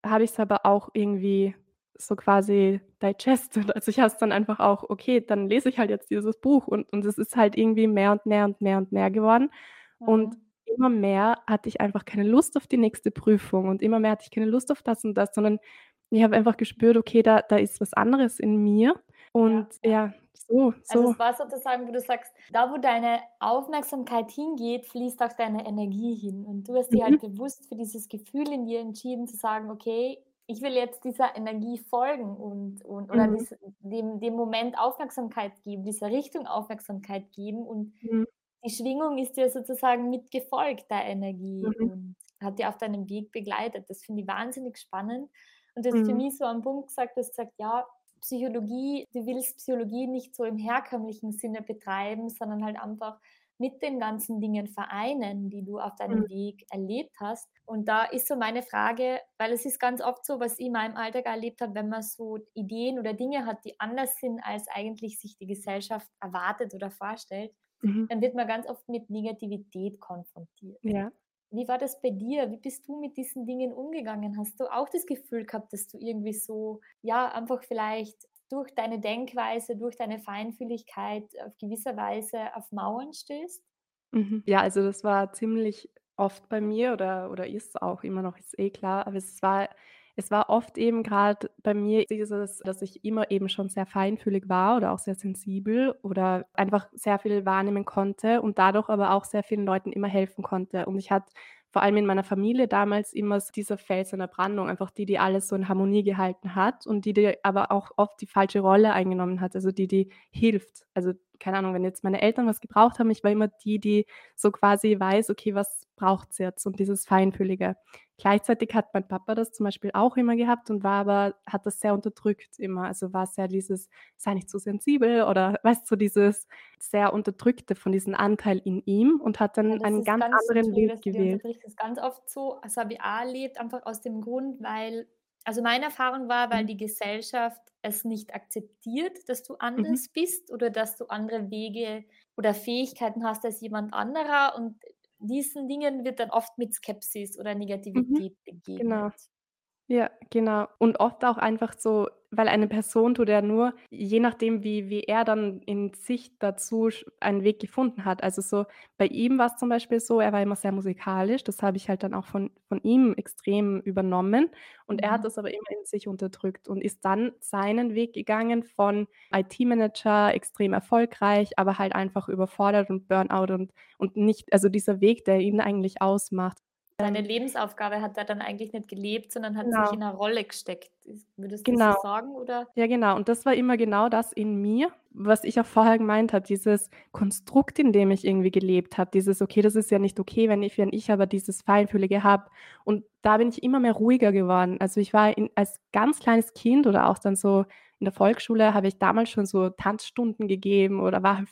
habe ich's aber auch irgendwie so quasi digested. Also, ich habe es dann einfach auch okay, dann lese ich halt jetzt dieses Buch und es ist halt irgendwie mehr und mehr und mehr und mehr geworden. Und Mhm. immer mehr hatte ich einfach keine Lust auf die nächste Prüfung und immer mehr hatte ich keine Lust auf das und das, sondern ich habe einfach gespürt, okay, da ist was anderes in mir Ja, und ja. ja, so Also, so. es war sozusagen, wo du sagst, da, wo deine Aufmerksamkeit hingeht, fließt auch deine Energie hin. Und du hast dich Mhm, halt bewusst für dieses Gefühl in dir entschieden zu sagen: „Okay, ich will jetzt dieser Energie folgen und oder mhm, dem Moment Aufmerksamkeit geben, dieser Richtung Aufmerksamkeit geben.“ Und mhm, die Schwingung ist dir sozusagen mitgefolgt, der Energie, mhm, und hat dir auf deinem Weg begleitet. Das finde ich wahnsinnig spannend. Und du hast für mhm, mich so am Punkt gesagt, du hast gesagt: „Ja, Psychologie, du willst Psychologie nicht so im herkömmlichen Sinne betreiben, sondern halt einfach mit den ganzen Dingen vereinen, die du auf mhm, deinem Weg erlebt hast.“ Und da ist so meine Frage, weil es ist ganz oft so, was ich in meinem Alltag erlebt habe, wenn man so Ideen oder Dinge hat, die anders sind, als eigentlich sich die Gesellschaft erwartet oder vorstellt, mhm, dann wird man ganz oft mit Negativität konfrontiert. ja. Wie war das bei dir? Wie bist du mit diesen Dingen umgegangen? Hast du auch das Gefühl gehabt, dass du irgendwie so, ja, einfach vielleicht durch deine Denkweise, durch deine Feinfühligkeit auf gewisser Weise auf Mauern stößt? Mhm. Ja, also das war ziemlich oft bei mir oder ist auch immer noch, ist eh klar, aber es war oft eben grad bei mir dieses, dass ich immer eben schon sehr feinfühlig war oder auch sehr sensibel oder einfach sehr viel wahrnehmen konnte und dadurch aber auch sehr vielen Leuten immer helfen konnte. Und ich hatte vor allem in meiner Familie damals immer so dieser Fels in der Brandung, einfach die alles so in Harmonie gehalten hat und die aber auch oft die falsche Rolle eingenommen hat, also die hilft. Also, keine Ahnung, wenn jetzt meine Eltern was gebraucht haben, ich war immer die so quasi weiß: „Okay, was braucht's jetzt?“ Und dieses Feinfühlige. Gleichzeitig hat mein Papa das zum Beispiel auch immer gehabt und hat das sehr unterdrückt immer. Also, war sehr dieses: „Sei nicht zu sensibel“ oder weißt du, so dieses sehr Unterdrückte von diesem Anteil in ihm und hat Ja, dann das einen ist ganz ganz, anderen entschuldige, Weg dass ich dir gewählt. unterbricht, das ist ganz oft so, das habe ich auch erlebt, einfach aus dem Grund, weil, also meine Erfahrung war, weil Mhm, die Gesellschaft es nicht akzeptiert, dass du mhm, anders bist oder dass du andere Wege oder Fähigkeiten hast als jemand anderer, und diesen Dingen wird dann oft mit Skepsis oder mhm, Negativität begegnet. genau. Ja, genau. Und oft auch einfach so, weil eine Person tut ja nur, je nachdem, wie er dann in sich dazu einen Weg gefunden hat. Also, so bei ihm war's zum Beispiel so, er war immer sehr musikalisch, das habe ich halt dann auch von ihm extrem übernommen und er hat Mhm. das aber immer in sich unterdrückt und ist dann seinen Weg gegangen von IT-Manager, extrem erfolgreich, aber halt einfach überfordert und Burnout und nicht, also dieser Weg, der ihn eigentlich ausmacht. Seine Lebensaufgabe hat er dann eigentlich nicht gelebt, sondern hat sich Genau, in 'ne Rolle gesteckt. Würdest du so genau. sagen, oder? Ja, genau. Und das war immer genau das in mir, was ich auch vorher gemeint habe, dieses Konstrukt, in dem ich irgendwie gelebt habe, dieses: „Okay, das ist ja nicht okay, wenn ich aber dieses Feinfühlige habe.“ Und da bin ich immer mehr ruhiger geworden. Also, ich war als ganz kleines Kind oder auch dann so in der Volksschule habe ich damals schon so Tanzstunden gegeben oder war halt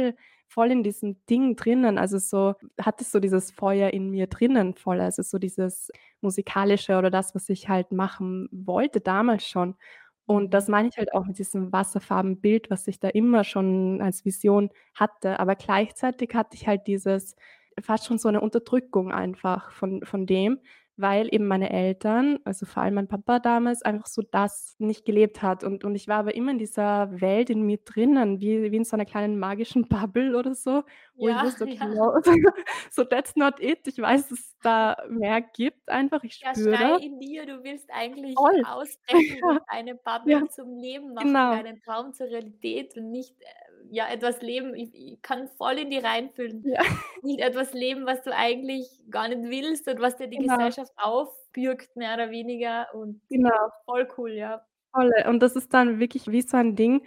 voll in diesem Ding drinnen. Also, so hatte so dieses Feuer in mir drinnen voll, also, so dieses Musikalische oder das, was ich halt machen wollte damals schon. Und das Mhm. meine ich halt auch mit diesem Wasserfarbenbild, was ich da immer schon als Vision hatte. Aber gleichzeitig hatte ich halt dieses fast schon so 'ne Unterdrückung einfach von dem, weil eben meine Eltern, also vor allem mein Papa damals, einfach so das nicht gelebt hat. Und ich war aber immer in dieser Welt in mir drinnen, wie in so 'ner kleinen magischen Bubble oder so, wo ich Ja, wusste: „Okay, ja. no, so that's not it.“ Ich weiß, dass es da mehr gibt einfach, ich Ja, spüre Schrei das. in dir, du willst eigentlich Voll. ausbrechen Ja, und deine ja, Bubble zum Leben machen, genau. deinen Traum zur Realität und nicht, ja, etwas leben. Ich kann voll in dir reinfühlen. Ja, Nicht etwas leben, was du eigentlich gar nicht willst und was dir die genau, Gesellschaft aufbürgt, mehr oder weniger, und genau, voll cool, ja. voll. Und das ist dann wirklich wie so ein Ding,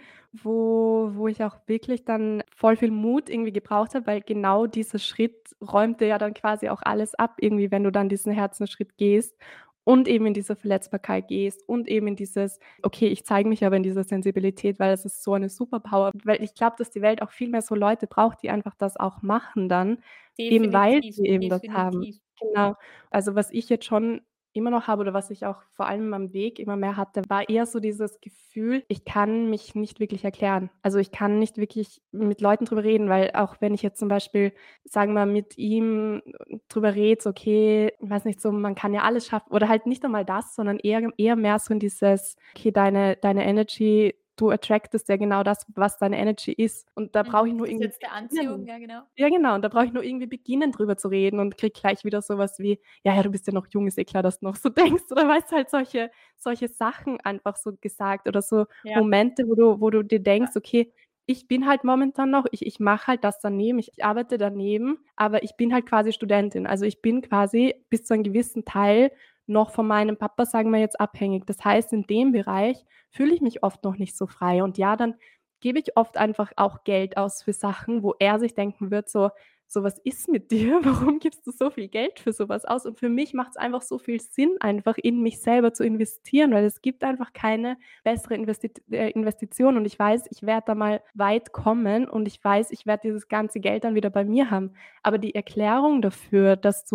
wo ich auch wirklich dann voll viel Mut irgendwie gebraucht habe, weil genau dieser Schritt räumt dir ja dann quasi auch alles ab irgendwie, wenn du dann diesen Herzensschritt gehst und eben in diese Verletzbarkeit gehst und eben in dieses: „Okay, ich zeige mich aber in dieser Sensibilität, weil es ist so eine Superpower.“ Weil ich glaube, dass die Welt auch viel mehr so Leute braucht, die einfach das auch machen dann, eben weil Definitiv, sie eben das haben. definitiv. Genau. Also, was ich jetzt schon immer noch habe oder was ich auch vor allem am Weg immer mehr hatte, war eher so dieses Gefühl, ich kann mich nicht wirklich erklären. Also, ich kann nicht wirklich mit Leuten drüber reden, weil auch wenn ich jetzt zum Beispiel, sagen wir, mit ihm drüber rede, so okay, ich weiß nicht, so man kann ja alles schaffen oder halt nicht einmal das, sondern eher mehr so in dieses: „Okay, deine Energy, du attractest ja genau das, was deine Energy ist.“ Und da brauche ich nur irgendwie Gesetz der Anziehung, beginnen. ja genau. Ja, genau, und da brauche ich nur irgendwie beginnen, drüber zu reden und kriege gleich wieder so was wie: „Ja, ja, du bist ja noch jung, ist eh klar, dass du noch so denkst.“ Oder weißt du, halt solche Sachen einfach so gesagt oder so Ja, Momente, wo du dir denkst: „Okay, ich bin halt momentan noch ich mache halt das daneben, ich arbeite daneben, aber ich bin halt quasi Studentin.“ Also, ich bin quasi bis zu einem gewissen Teil noch von meinem Papa, sagen wir jetzt, abhängig. Das heißt, in dem Bereich fühle ich mich oft noch nicht so frei. Und ja, dann gebe ich oft einfach auch Geld aus für Sachen, wo er sich denken wird, so: „Was ist mit dir? Warum gibst du so viel Geld für so was aus?“ Und für mich macht's einfach so viel Sinn, einfach in mich selber zu investieren, weil es gibt einfach keine bessere Investition und ich weiß, ich werde da mal weit kommen und ich weiß, ich werde dieses ganze Geld dann wieder bei mir haben. Aber die Erklärung dafür, dass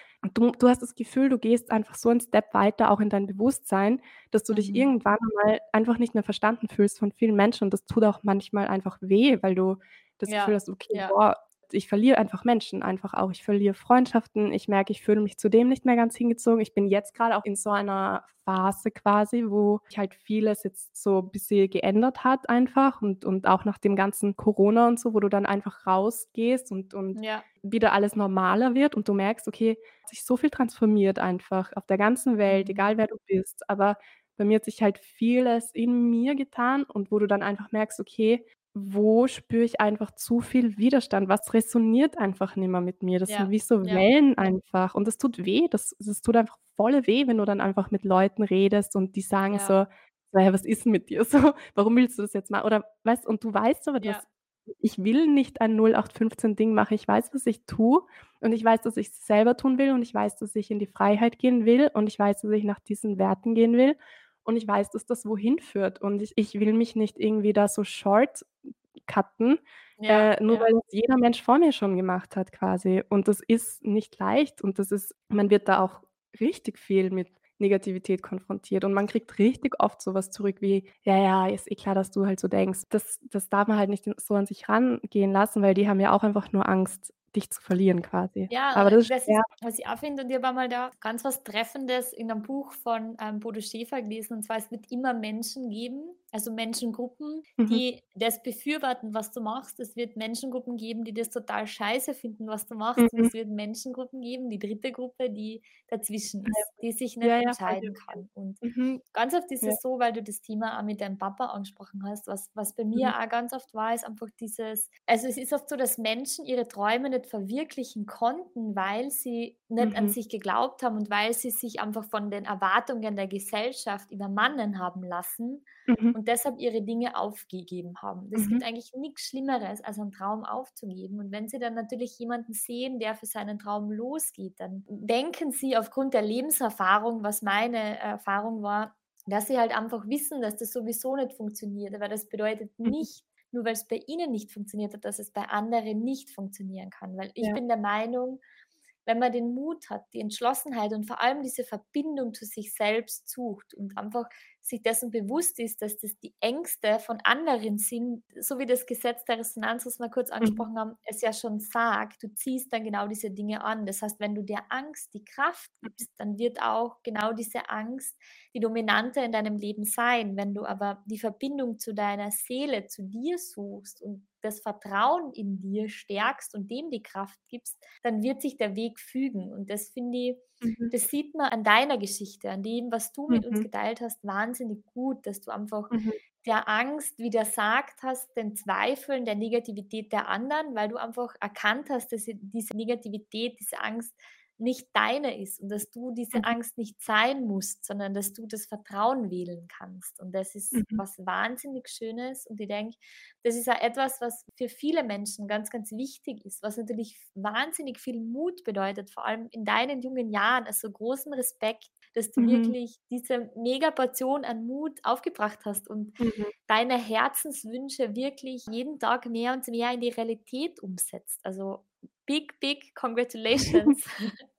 du hast das Gefühl, du gehst einfach so 'n Step weiter auch in dein Bewusstsein, dass du dich mhm. irgendwann einmal einfach nicht mehr verstanden fühlst von vielen Menschen und das tut auch manchmal einfach weh, weil du das Gefühl Ja, hast: „Okay, ja. boah, ich verliere einfach Menschen einfach auch. Ich verliere Freundschaften. Ich merke, ich fühle mich zu dem nicht mehr ganz hingezogen.“ Ich bin jetzt grade auch in so einer Phase quasi, wo sich halt vieles jetzt so bisschen geändert hat einfach und auch nach dem ganzen Corona und so, wo du dann einfach rausgehst und Ja. wieder alles normaler wird und du merkst, okay, hat sich so viel transformiert einfach auf der ganzen Welt, Mhm. egal wer du bist. Aber bei mir hat sich halt vieles in mir getan und wo du dann einfach merkst, okay, wo spüre ich einfach zu viel Widerstand? Was resoniert einfach nicht mehr mit mir? Das sind Ja, wie so ja, Wellen einfach und das tut weh. Das tut einfach voll weh, wenn du dann einfach mit Leuten redest und die sagen ja, so: „Hey, was ist 'n mit dir so? Warum willst du das jetzt ma“ oder weißt und du weißt aber, ja, dass ich will nicht ein 08/15 Ding machen. Ich weiß, was ich tue und ich weiß, dass ich's selber tun will und ich weiß, dass ich in die Freiheit gehen will und ich weiß, dass ich nach diesen Werten gehen will und ich weiß, dass das wohin führt und ich will mich nicht irgendwie da so shortcutten, ja, nur ja, weil es jeder Mensch vor mir schon gemacht hat quasi. Und das ist nicht leicht und das ist man wird da auch richtig viel mit Negativität konfrontiert und man kriegt richtig oft so was zurück wie: „Ja, ja, ist eh klar, dass du halt so denkst.“ Das darf man halt nicht so an sich rangehen lassen, weil die haben ja auch einfach nur Angst, dich zu verlieren quasi. Ja, Aber das ist das ist, schwer. was ich auch finde, und ich habe einmal da ganz was Treffendes in einem Buch von, Bodo Schäfer gelesen, und zwar: „Es wird immer Menschen geben, also Menschengruppen, Mhm, die das befürworten, was du machst. Es wird Menschengruppen geben, die das total scheiße finden, was du machst, und mhm. es wird Menschengruppen geben, die dritte Gruppe, die dazwischen ist, die sich nicht Ja, ja, voll entscheiden definitiv. kann.“ Und Mhm, ganz oft ist ja, es so, weil du das Thema auch mit deinem Papa angesprochen hast, was bei mhm, mir auch ganz oft war, ist einfach dieses, also, es ist oft so, dass Menschen ihre Träume nicht verwirklichen konnten, weil sie nicht an mhm, sich geglaubt haben und weil sie sich einfach von den Erwartungen der Gesellschaft übermannen haben lassen mhm, und deshalb ihre Dinge aufgegeben haben. Es mhm, gibt eigentlich nix Schlimmeres, als einen Traum aufzugeben. Und wenn sie dann natürlich jemanden sehen, der für seinen Traum losgeht, dann denken sie aufgrund der Lebenserfahrung, was meine Erfahrung war, dass sie halt einfach wissen, dass das sowieso nicht funktioniert. Aber das bedeutet mhm, nicht, nur weil es bei ihnen nicht funktioniert hat, dass es bei anderen nicht funktionieren kann. Weil ich ja, bin der Meinung, wenn man den Mut hat, die Entschlossenheit und vor allem diese Verbindung zu sich selbst sucht und einfach sich dessen bewusst ist, dass das die Ängste von anderen sind, so wie das Gesetz der Resonanz, was wir kurz mhm, angesprochen haben, es ja schon sagt, du ziehst dann genau diese Dinge an. Das heißt, wenn du der Angst die Kraft mhm, gibst, dann wird auch genau diese Angst die Dominante in deinem Leben sein. Wenn du aber die Verbindung zu deiner Seele, zu dir suchst und das Vertrauen in dir stärkst und dem die Kraft gibst, dann wird sich der Weg fügen. Und das finde ich, mhm, das sieht man an deiner Geschichte, an dem, was du mit uns mhm, geteilt hast, wahnsinnig gut, dass du einfach mhm, der Angst widersagt hast, den Zweifeln, der Negativität der anderen, weil du einfach erkannt hast, dass diese Negativität, diese Angst nicht deine ist und dass du diese mhm, Angst nicht sein musst, sondern dass du das Vertrauen wählen kannst. Und das ist mhm, was wahnsinnig Schönes. Und ich denke, das ist auch etwas, was für viele Menschen ganz, ganz wichtig ist, was natürlich wahnsinnig viel Mut bedeutet, vor allem in deinen jungen Jahren. Also großen Respekt, dass du mhm, wirklich diese Megaportion an Mut aufgebracht hast und mhm. deine Herzenswünsche wirklich jeden Tag mehr und mehr in die Realität umsetzt. Also big, big congratulations.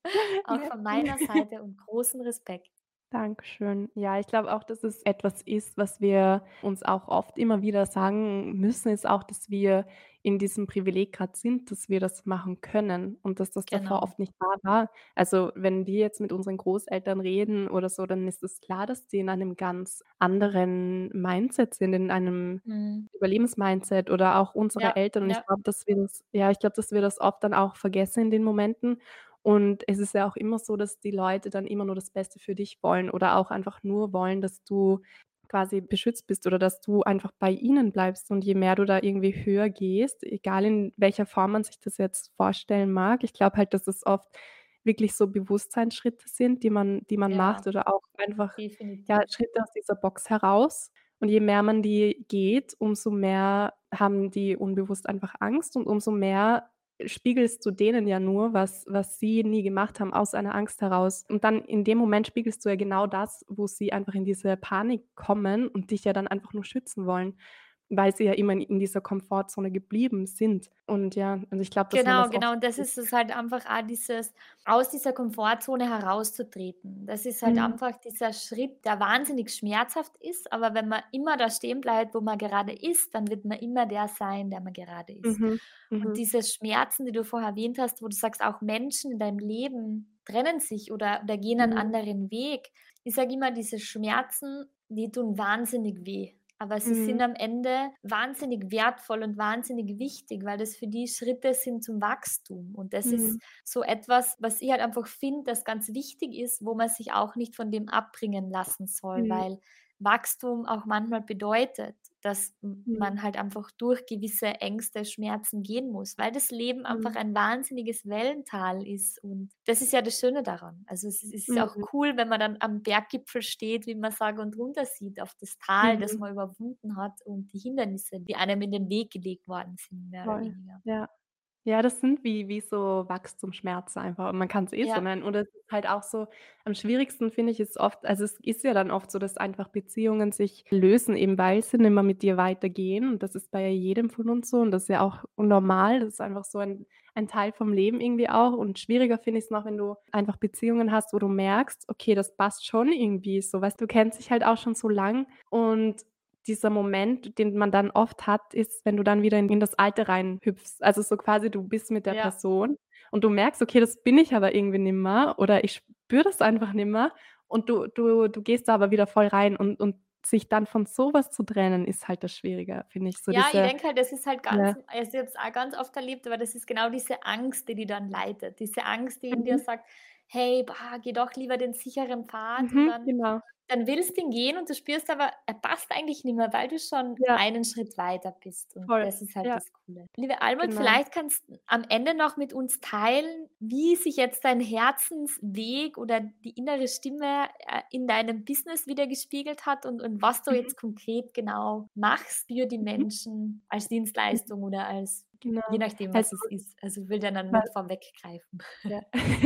Auch Ja. von meiner Seite und großen Respekt. Dankeschön. Ja, ich glaube auch, dass es etwas ist, was wir uns auch oft immer wieder sagen müssen, ist auch, dass wir in diesem Privileg grad sind, dass wir das machen können und dass das davor Genau. oft nicht da war. Also, wenn wir jetzt mit unseren Großeltern reden oder so, dann ist es klar, dass die in einem ganz anderen Mindset sind, in einem Mhm. Überlebensmindset oder auch unsere Ja, Eltern. Und ich ja, glaube, dass wir das ja, ich glaube, dass wir das oft dann auch vergessen in den Momenten. Und es ist ja auch immer so, dass die Leute dann immer nur das Beste für dich wollen oder auch einfach nur wollen, dass du quasi beschützt bist oder dass du einfach bei ihnen bleibst. Und je mehr du da irgendwie höher gehst, egal in welcher Form man sich das jetzt vorstellen mag, ich glaube halt, dass es oft wirklich so Bewusstseinsschritte sind, die man ja, macht oder auch einfach, ja, definitiv. Schritte aus dieser Box heraus. Und je mehr man die geht, umso mehr haben die unbewusst einfach Angst und umso mehr spiegelst du denen ja nur, was sie nie gemacht haben, aus einer Angst heraus. Und dann in dem Moment spiegelst du ja genau das, wo sie einfach in diese Panik kommen und dich ja dann einfach nur schützen wollen, weil sie ja immer in dieser Komfortzone geblieben sind. Und ja, also ich glaube, dass man Genau, das oft genau. Und das ist es halt einfach auch dieses aus dieser Komfortzone herauszutreten. Das ist halt mhm, einfach dieser Schritt, der wahnsinnig schmerzhaft ist, aber wenn man immer da stehen bleibt, wo man gerade ist, dann wird man immer der sein, der man gerade ist. mhm, Und mhm, diese Schmerzen, die du vorher erwähnt hast, wo du sagst, auch Menschen in deinem Leben trennen sich oder gehen einen mhm, anderen Weg. Ich sage immer, diese Schmerzen, die tun wahnsinnig weh. Aber sie sind mhm, am Ende wahnsinnig wertvoll und wahnsinnig wichtig, weil das für die Schritte sind zum Wachstum. Und das ist mhm, so etwas, was ich halt einfach finde, das ganz wichtig ist, wo man sich auch nicht von dem abbringen lassen soll, mhm, weil Wachstum auch manchmal bedeutet, dass mhm, man halt einfach durch gewisse Ängste, Schmerzen gehen muss, weil das Leben einfach mhm, ein wahnsinniges Wellental ist. Und das ist ja das Schöne daran. Also es ist auch mhm, cool, wenn man dann am Berggipfel steht, wie man sagt, und runter sieht auf das Tal, das mhm, man überwunden hat und die Hindernisse, die einem in den Weg gelegt worden sind, mehr oder voll, weniger. ja. Ja, das sind wie so Wachstumsschmerzen einfach und man kann's so Ja, nennen. Und es ist halt auch so am schwierigsten finde ich es oft also, es ist ja dann oft so, dass einfach Beziehungen sich lösen, eben weil sie nimmer mit dir weitergehen und das ist bei jedem von uns so und das ist ja auch normal. Das ist einfach so ein Teil vom Leben irgendwie auch und schwieriger finde ich's noch, wenn du einfach Beziehungen hast, wo du merkst: „Okay, das passt schon irgendwie so“, weißt du, kennst dich halt auch schon so lang und dieser Moment, den man dann oft hat, ist, wenn du dann wieder in das Alte reinhüpfst. Also, so quasi, du bist mit der ja. Person und du merkst: „Okay, das bin ich aber irgendwie nimmer oder ich spüre das einfach nimmer“ und du gehst da aber wieder voll rein und sich dann von so was zu trennen, ist halt das Schwierige, finde ich. So Ja, ich diese denke halt, das ist halt ja. ganz also, ich habe es auch ganz oft erlebt, aber das ist genau diese Angst, die dann leitet. Diese Angst, die in dir Mhm, sagt: „Hey, bah, geh doch lieber den sicheren Pfad“, und mhm, dann genau. willst du ihn gehen und du spürst aber, er passt eigentlich nicht mehr, weil du schon Ja, einen Schritt weiter bist, und voll. das ist halt Ja, das Coole. Liebe Almut, genau. vielleicht kannst du am Ende noch mit uns teilen, wie sich jetzt dein Herzensweg oder die innere Stimme, in deinem Business widergespiegelt hat und was du Mhm, jetzt konkret genau machst für die mhm, Menschen als mhm, Dienstleistung oder als je genau. nachdem, was Also es ist. Also, ich will da dann wa nicht vorweggreifen. ja.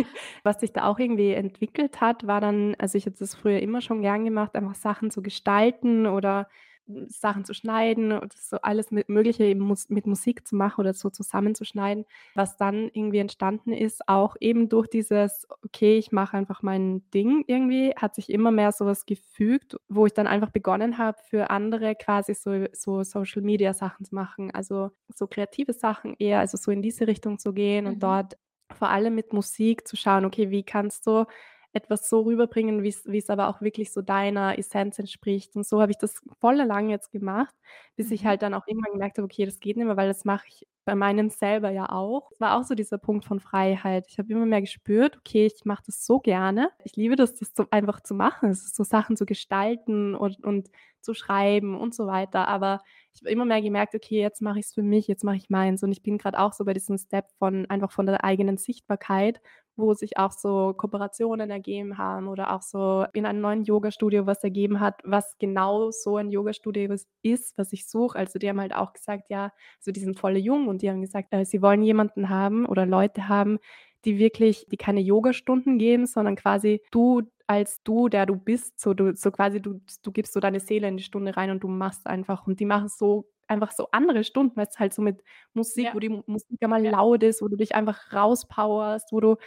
Was sich da auch irgendwie entwickelt hat, war dann also, ich habe das früher immer schon gern gemacht, einfach Sachen zu gestalten oder, Sachen zu schneiden und so alles Mögliche eben mit Musik zu machen oder so zusammenzuschneiden. Was dann irgendwie entstanden ist, auch eben durch dieses: „Okay, ich mache einfach mein Ding“ irgendwie, hat sich immer mehr so was gefügt, wo ich dann einfach begonnen habe, für andere quasi so Social-Media-Sachen zu machen, also, so kreative Sachen eher, also, so in diese Richtung zu gehen und Mhm. dort vor allem mit Musik zu schauen, okay, wie kannst du etwas so rüberbringen, wie's aber auch wirklich so deiner Essenz entspricht. Und so habe ich das voll lang jetzt gemacht, bis ich Mhm. halt dann auch irgendwann gemerkt habe: „Okay, das geht nicht mehr“, weil das mache ich bei meinem selber ja auch. Es war auch so dieser Punkt von Freiheit. Ich habe immer mehr gespürt: „Okay, ich mache das so gerne. Ich liebe das so einfach zu machen, so Sachen zu gestalten und zu schreiben und so weiter.“ Aber ich habe immer mehr gemerkt: „Okay, jetzt mache ich's für mich, jetzt mache ich meins.“ Und ich bin grad auch so bei diesem Step von einfach von der eigenen Sichtbarkeit, wo sich auch so Kooperationen ergeben haben oder auch so in einem neuen Yogastudio was ergeben hat, was genau so ein Yogastudio ist, was ich suche. Also, die haben halt auch gesagt, ja also, die sind voll jung und die haben gesagt, sie wollen jemanden haben oder Leute haben, die keine Yogastunden geben, sondern quasi du als du, der du bist, so quasi du gibst so deine Seele in die Stunde rein und du machst einfach und die machen so einfach so andere Stunden, weil's halt so mit Musik, wo Ja, die Musik ja mal ja. laut ist, wo du dich einfach rauspowerst, wo du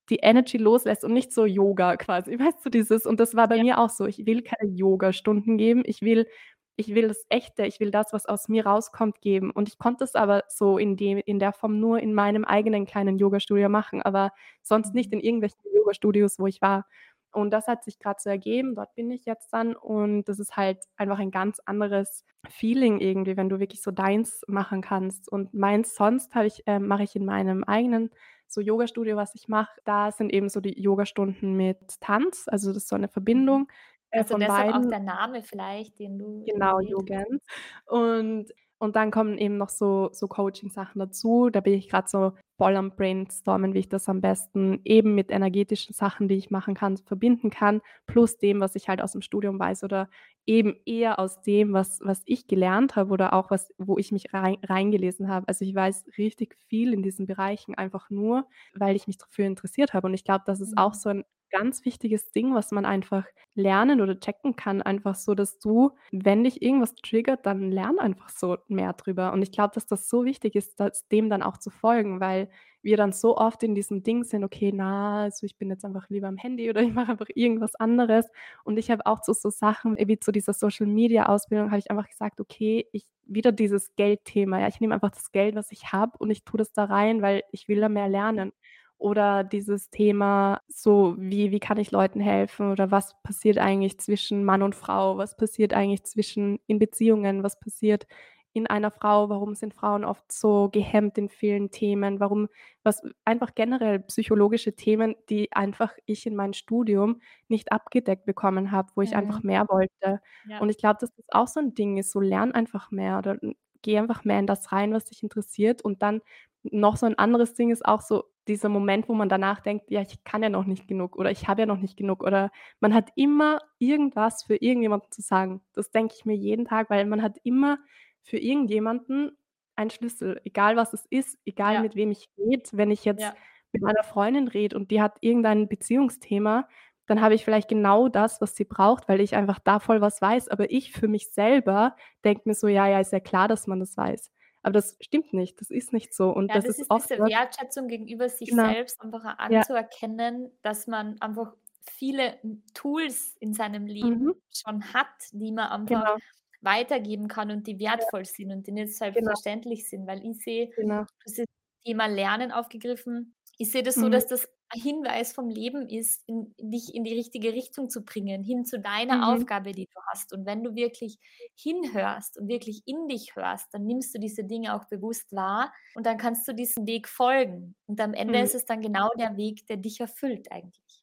die Energy loslässt und nicht so Yoga quasi, weißt du, dieses und das war bei Ja. mir auch so. Ich will keine Yogastunden geben. Ich will das Echte, ich will das, was aus mir rauskommt, geben. Und ich konnte es aber so in der Form nur in meinem eigenen kleinen Yogastudio machen, aber sonst nicht Mhm. in irgendwelchen Yogastudios, wo ich war. Und das hat sich grad so ergeben, dort bin ich jetzt dann und das ist halt einfach ein ganz anderes Feeling irgendwie, wenn du wirklich so deins machen kannst. Und meins sonst mache ich in meinem eigenen so Yogastudio, was ich mache, da sind eben so die Yogastunden mit Tanz, also das ist so eine Mhm. Verbindung, Also, von deshalb auch beiden. der Name vielleicht, den du Genau, gewählt hast. Yoga. Und und dann kommen eben noch so Coaching-Sachen dazu. Da bin ich grad so voll am Brainstormen, wie ich das am besten eben mit energetischen Sachen, die ich machen kann, verbinden kann, plus dem, was ich halt aus'm Studium weiß oder eben eher aus dem, was ich gelernt habe oder auch wo ich mich reingelesen habe. Also, ich weiß richtig viel in diesen Bereichen einfach nur, weil ich mich dafür interessiert habe. Und ich glaube, das ist auch Mhm. so 'n ganz wichtiges Ding, was man einfach lernen oder checken kann, einfach so, dass du, wenn dich irgendwas triggert, dann lern einfach so mehr drüber. Und ich glaube, dass das so wichtig ist, dem dann auch zu folgen, weil wir dann so oft in diesem Ding sind: „Okay, na, also ich bin jetzt einfach lieber am Handy oder ich mache einfach irgendwas anderes.“ Und ich habe auch so Sachen wie zu dieser Social-Media-Ausbildung habe ich einfach gesagt: „Okay, ich wieder dieses Geldthema, ja, ich nehme einfach das Geld, was ich habe und ich tue das da rein, weil ich will da mehr Mhm. lernen.“ Oder dieses Thema so, wie kann ich Leuten helfen oder was passiert eigentlich zwischen Mann und Frau? Was passiert eigentlich zwischen in Beziehungen? Was passiert in einer Frau? Warum sind Frauen oft so gehemmt in vielen Themen? Was einfach generell psychologische Themen, die einfach ich in meinem Studium nicht abgedeckt bekommen habe, wo ich einfach Mhm. mehr wollte. Ja. Und ich glaube, dass das auch so 'n Ding ist, so lern einfach mehr oder geh einfach mehr in das rein, was dich interessiert und dann noch so 'n anderes Ding ist auch so dieser Moment, wo man danach denkt: „Ja, ich kann ja noch nicht genug“ oder „Ich habe ja noch nicht genug“ oder man hat immer irgendwas für irgendjemanden zu sagen. Das denke ich mir jeden Tag, weil man hat immer für irgendjemanden einen Schlüssel, egal was es ist, egal Ja. mit wem ich rede. Wenn ich jetzt Ja. mit meiner Freundin rede und die hat irgendein Beziehungsthema, dann habe ich vielleicht genau das, was sie braucht, weil ich einfach da voll was weiß. Aber ich für mich selber denke mir so: „Ja, ja, ist ja klar, dass man das weiß.“ Aber das stimmt nicht. Das ist nicht so und Ja, das das ist ist oft diese was. Wertschätzung gegenüber sich Genau, selbst einfach auch ja. anzuerkennen, dass man einfach viele Tools in seinem Mhm. Leben schon hat, die man einfach Genau, weitergeben kann und die ja, wertvoll sind und die nicht genau, selbstverständlich sind. Weil ich sehe, genau. du hast das Thema Lernen aufgegriffen. Ich sehe das so, Mhm, dass das ein Hinweis vom Leben ist, dich in die richtige Richtung zu bringen, hin zu deiner mhm, Aufgabe, die du hast. Und wenn du wirklich hinhörst und wirklich in dich hörst, dann nimmst du diese Dinge auch bewusst wahr und dann kannst du diesem Weg folgen. Und am Ende mhm, ist es dann genau der Weg, der dich erfüllt eigentlich.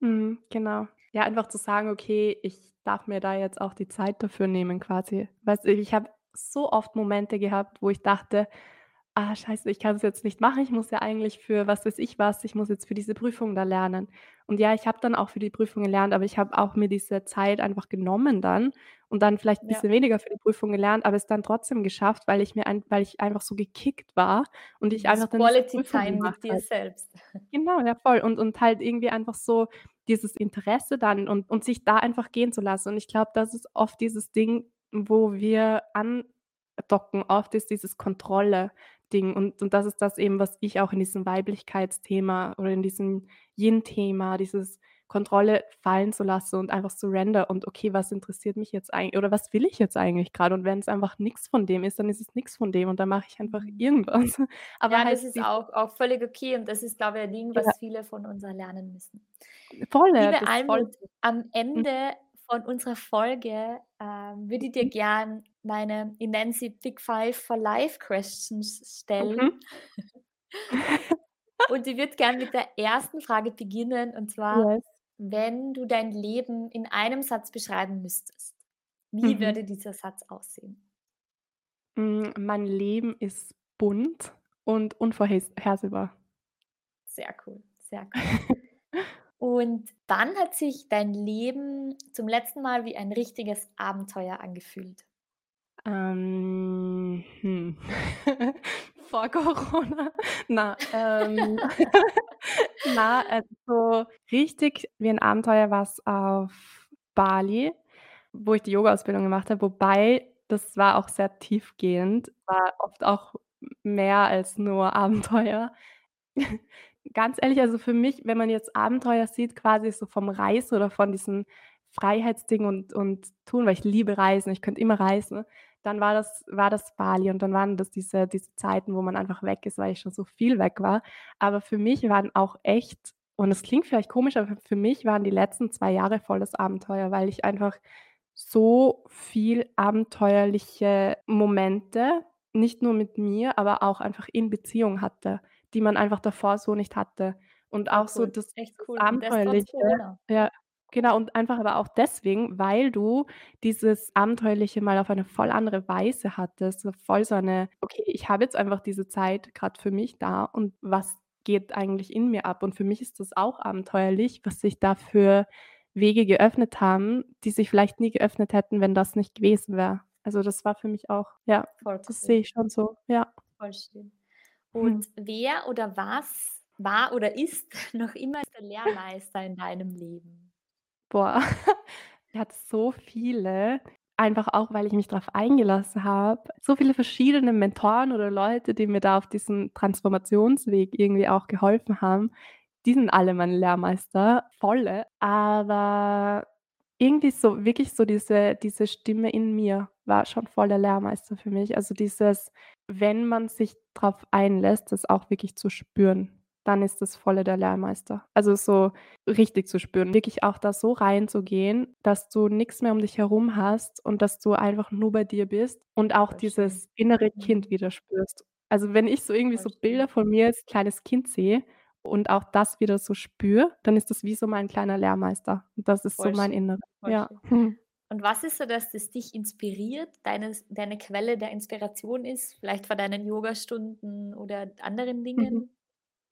genau. Ja, einfach zu sagen: „Okay, ich darf mir da jetzt auch die Zeit dafür nehmen“, quasi. Weißt du, ich habe so oft Momente gehabt, wo ich dachte: „Ah, scheiße, ich kann es jetzt nicht machen. Ich muss ja eigentlich für was weiß ich was ich muss jetzt für diese Prüfung da lernen.“ Und ja, ich habe dann auch für die Prüfung gelernt, aber ich habe auch mir diese Zeit einfach genommen dann und dann vielleicht Ja. bisschen weniger für die Prüfung gelernt, aber es dann trotzdem geschafft, weil ich einfach so gekickt war und ich einfach Das dann diese Quality Prüfung Time gemacht mit dir habe. selbst. Genau, ja voll. Und halt irgendwie einfach so dieses Interesse dann und sich da einfach gehen zu lassen. Und ich glaube, das ist oft dieses Ding, wo wir andocken. Oft ist dieses Kontrolle-Ding und das ist das eben, was ich auch in diesem Weiblichkeitsthema oder in diesem Yin-Thema, dieses Kontrolle fallen zu lassen und einfach surrender und: „Okay, was interessiert mich jetzt eigentlich oder was will ich jetzt eigentlich grade?“ Und wenn's einfach nix von dem ist, dann ist es nix von dem und dann mache ich einfach Mhm. irgendwas. Aber Ja, halt das ist dieses auch völlig okay und das ist, glaube ich, ein Ding, ja, was viele von uns erlernen müssen. volle, Liebe das voll. Almut, am Mhm, Ende von unserer Folge, würde ich dir mhm, gern meine, ich nenne sie Big Five for Life Questions mhm. stellen. Und ich würde gern mit der ersten Frage beginnen, und zwar: Yes. Wenn du dein Leben in einem Satz beschreiben müsstest, wie Mhm. würde dieser Satz aussehen? Mein Leben ist bunt und unvorhersehbar. Sehr cool, sehr cool. Und wann hat sich dein Leben zum letzten Mal wie ein richtiges Abenteuer angefühlt? Hm. Vor Corona? Na, na, also so richtig wie 'n Abenteuer war's auf Bali, wo ich die Yogaausbildung gemacht habe, wobei das war auch sehr tiefgehend, war oft auch mehr als nur Abenteuer. ganz ehrlich, also für mich, wenn man jetzt Abenteuer sieht, quasi so vom Reisen oder von diesem Freiheitsding und tun, weil ich liebe Reisen, ich könnte immer reisen, dann war das Bali und dann waren das diese Zeiten, wo man einfach weg ist, weil ich schon so viel weg war. Aber für mich waren auch echt, und es klingt vielleicht komisch, aber für mich waren die letzten 2 Jahre voll das Abenteuer, weil ich einfach so viel abenteuerliche Momente, nicht nur mit mir, aber auch einfach in Beziehung hatte, die man einfach davor so nicht hatte. Und Voll auch so cool. das Echt das cool. Und das trotz Abenteuerliche, Corona. ja, genau, und einfach aber auch deswegen, weil du dieses Abenteuerliche mal auf eine voll andere Weise hattest, so voll so eine: „Okay, ich habe jetzt einfach diese Zeit grad für mich da und was geht eigentlich in mir ab?“ Und für mich ist das auch abenteuerlich, was sich da für Wege geöffnet haben, die sich vielleicht nie geöffnet hätten, wenn das nicht gewesen wäre. Also, das war für mich auch, ja, Voll das cool. sehe ich schon so, ja. Voll schön. Mhm. Und wer oder was war oder ist noch immer der Lehrmeister in deinem Leben? Boah, ich hatte so viele, einfach auch, weil ich mich drauf eingelassen habe. So viele verschiedene Mentoren oder Leute, die mir da auf diesem Transformationsweg irgendwie auch geholfen haben. Die sind alle meine Lehrmeister, volle. Aber irgendwie so wirklich so diese Stimme in mir war schon voll der Lehrmeister für mich. Also dieses, wenn man sich drauf einlässt, das auch wirklich zu spüren, dann ist das volle der Lehrmeister. Also so richtig zu spüren, wirklich auch da so reinzugehen, dass du nix mehr um dich herum hast und dass du einfach nur bei dir bist und auch Voll schön. dieses innere Kind Mhm. wieder spürst. Also, wenn ich so irgendwie Voll so schön. Bilder von mir als kleines Kind sehe und auch das wieder so spüre, dann ist das wie so mein kleiner Lehrmeister. Und das ist so Voll mein schön. Innerer. Voll Ja. schön. Und was ist so, dass das dich inspiriert, deine Quelle der Inspiration ist, vielleicht vor deinen Yogastunden oder anderen Mhm. Dingen?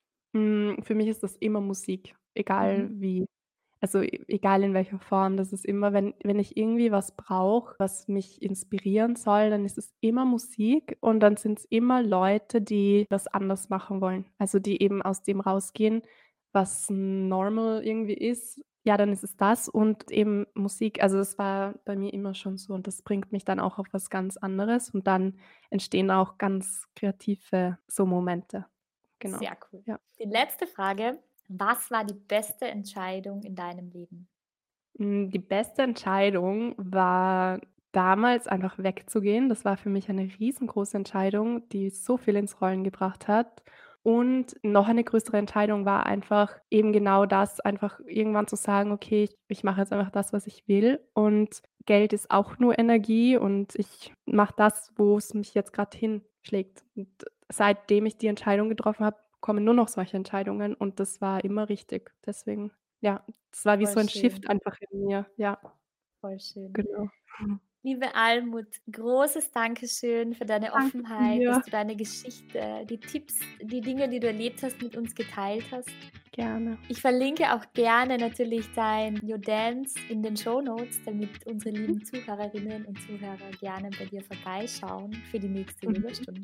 Für mich ist das immer Musik, egal Mhm. wie. Also, egal in welcher Form. Das ist immer, wenn ich irgendwie was brauche, was mich inspirieren soll, dann ist es immer Musik und dann sind's immer Leute, die das anders machen wollen. Also, die eben aus dem rausgehen, was normal irgendwie ist. Ja, dann ist es das und eben Musik. Also, das war bei mir immer schon so und das bringt mich dann auch auf was ganz anderes und dann entstehen auch ganz kreative so Momente. Genau, Sehr cool. ja. Die letzte Frage: Was war die beste Entscheidung in deinem Leben? Die beste Entscheidung war damals einfach wegzugehen. Das war für mich eine riesengroße Entscheidung, die so viel ins Rollen gebracht hat. Und noch eine größere Entscheidung war einfach eben genau das, einfach irgendwann zu sagen: „Okay, ich mache jetzt einfach das, was ich will und Geld ist auch nur Energie und ich mache das, wo es mich jetzt gerade hinschlägt.“ Und seitdem ich die Entscheidung getroffen habe, kommen nur noch solche Entscheidungen und das war immer richtig. Deswegen, ja. Das war wie Voll so 'n schön, Shift einfach in mir. Ja, voll schön. genau. Liebe Almut, großes Dankeschön für deine Danke Offenheit, dass dir. du deine Geschichte, die Tipps, die Dinge, die du erlebt hast, mit uns geteilt hast. Gerne. Ich verlinke auch gerne natürlich dein Your Dance in den Shownotes, damit unsere Mhm. lieben Zuhörerinnen und Zuhörer gerne bei dir vorbeischauen für die nächste Mhm. Yogastunde.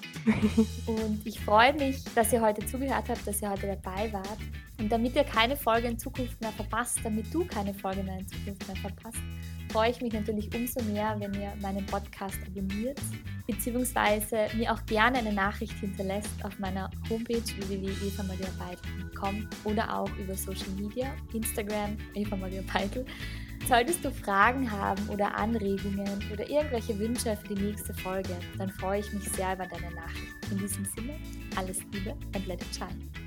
Und ich freue mich, dass ihr heute zugehört habt, dass ihr heute dabei wart. Und damit ihr keine Folge in Zukunft mehr verpasst, damit du keine Folge mehr in Zukunft mehr verpasst, freue ich mich natürlich umso mehr, wenn ihr meinen Podcast abonniert, beziehungsweise mir auch gerne eine Nachricht hinterlässt auf meiner Homepage www.evamariabeitl.com oder auch über Social Media, Instagram Eva Maria Beitl. Solltest du Fragen haben oder Anregungen oder irgendwelche Wünsche für die nächste Folge, dann freue ich mich sehr über deine Nachricht. In diesem Sinne, alles Liebe und let it shine.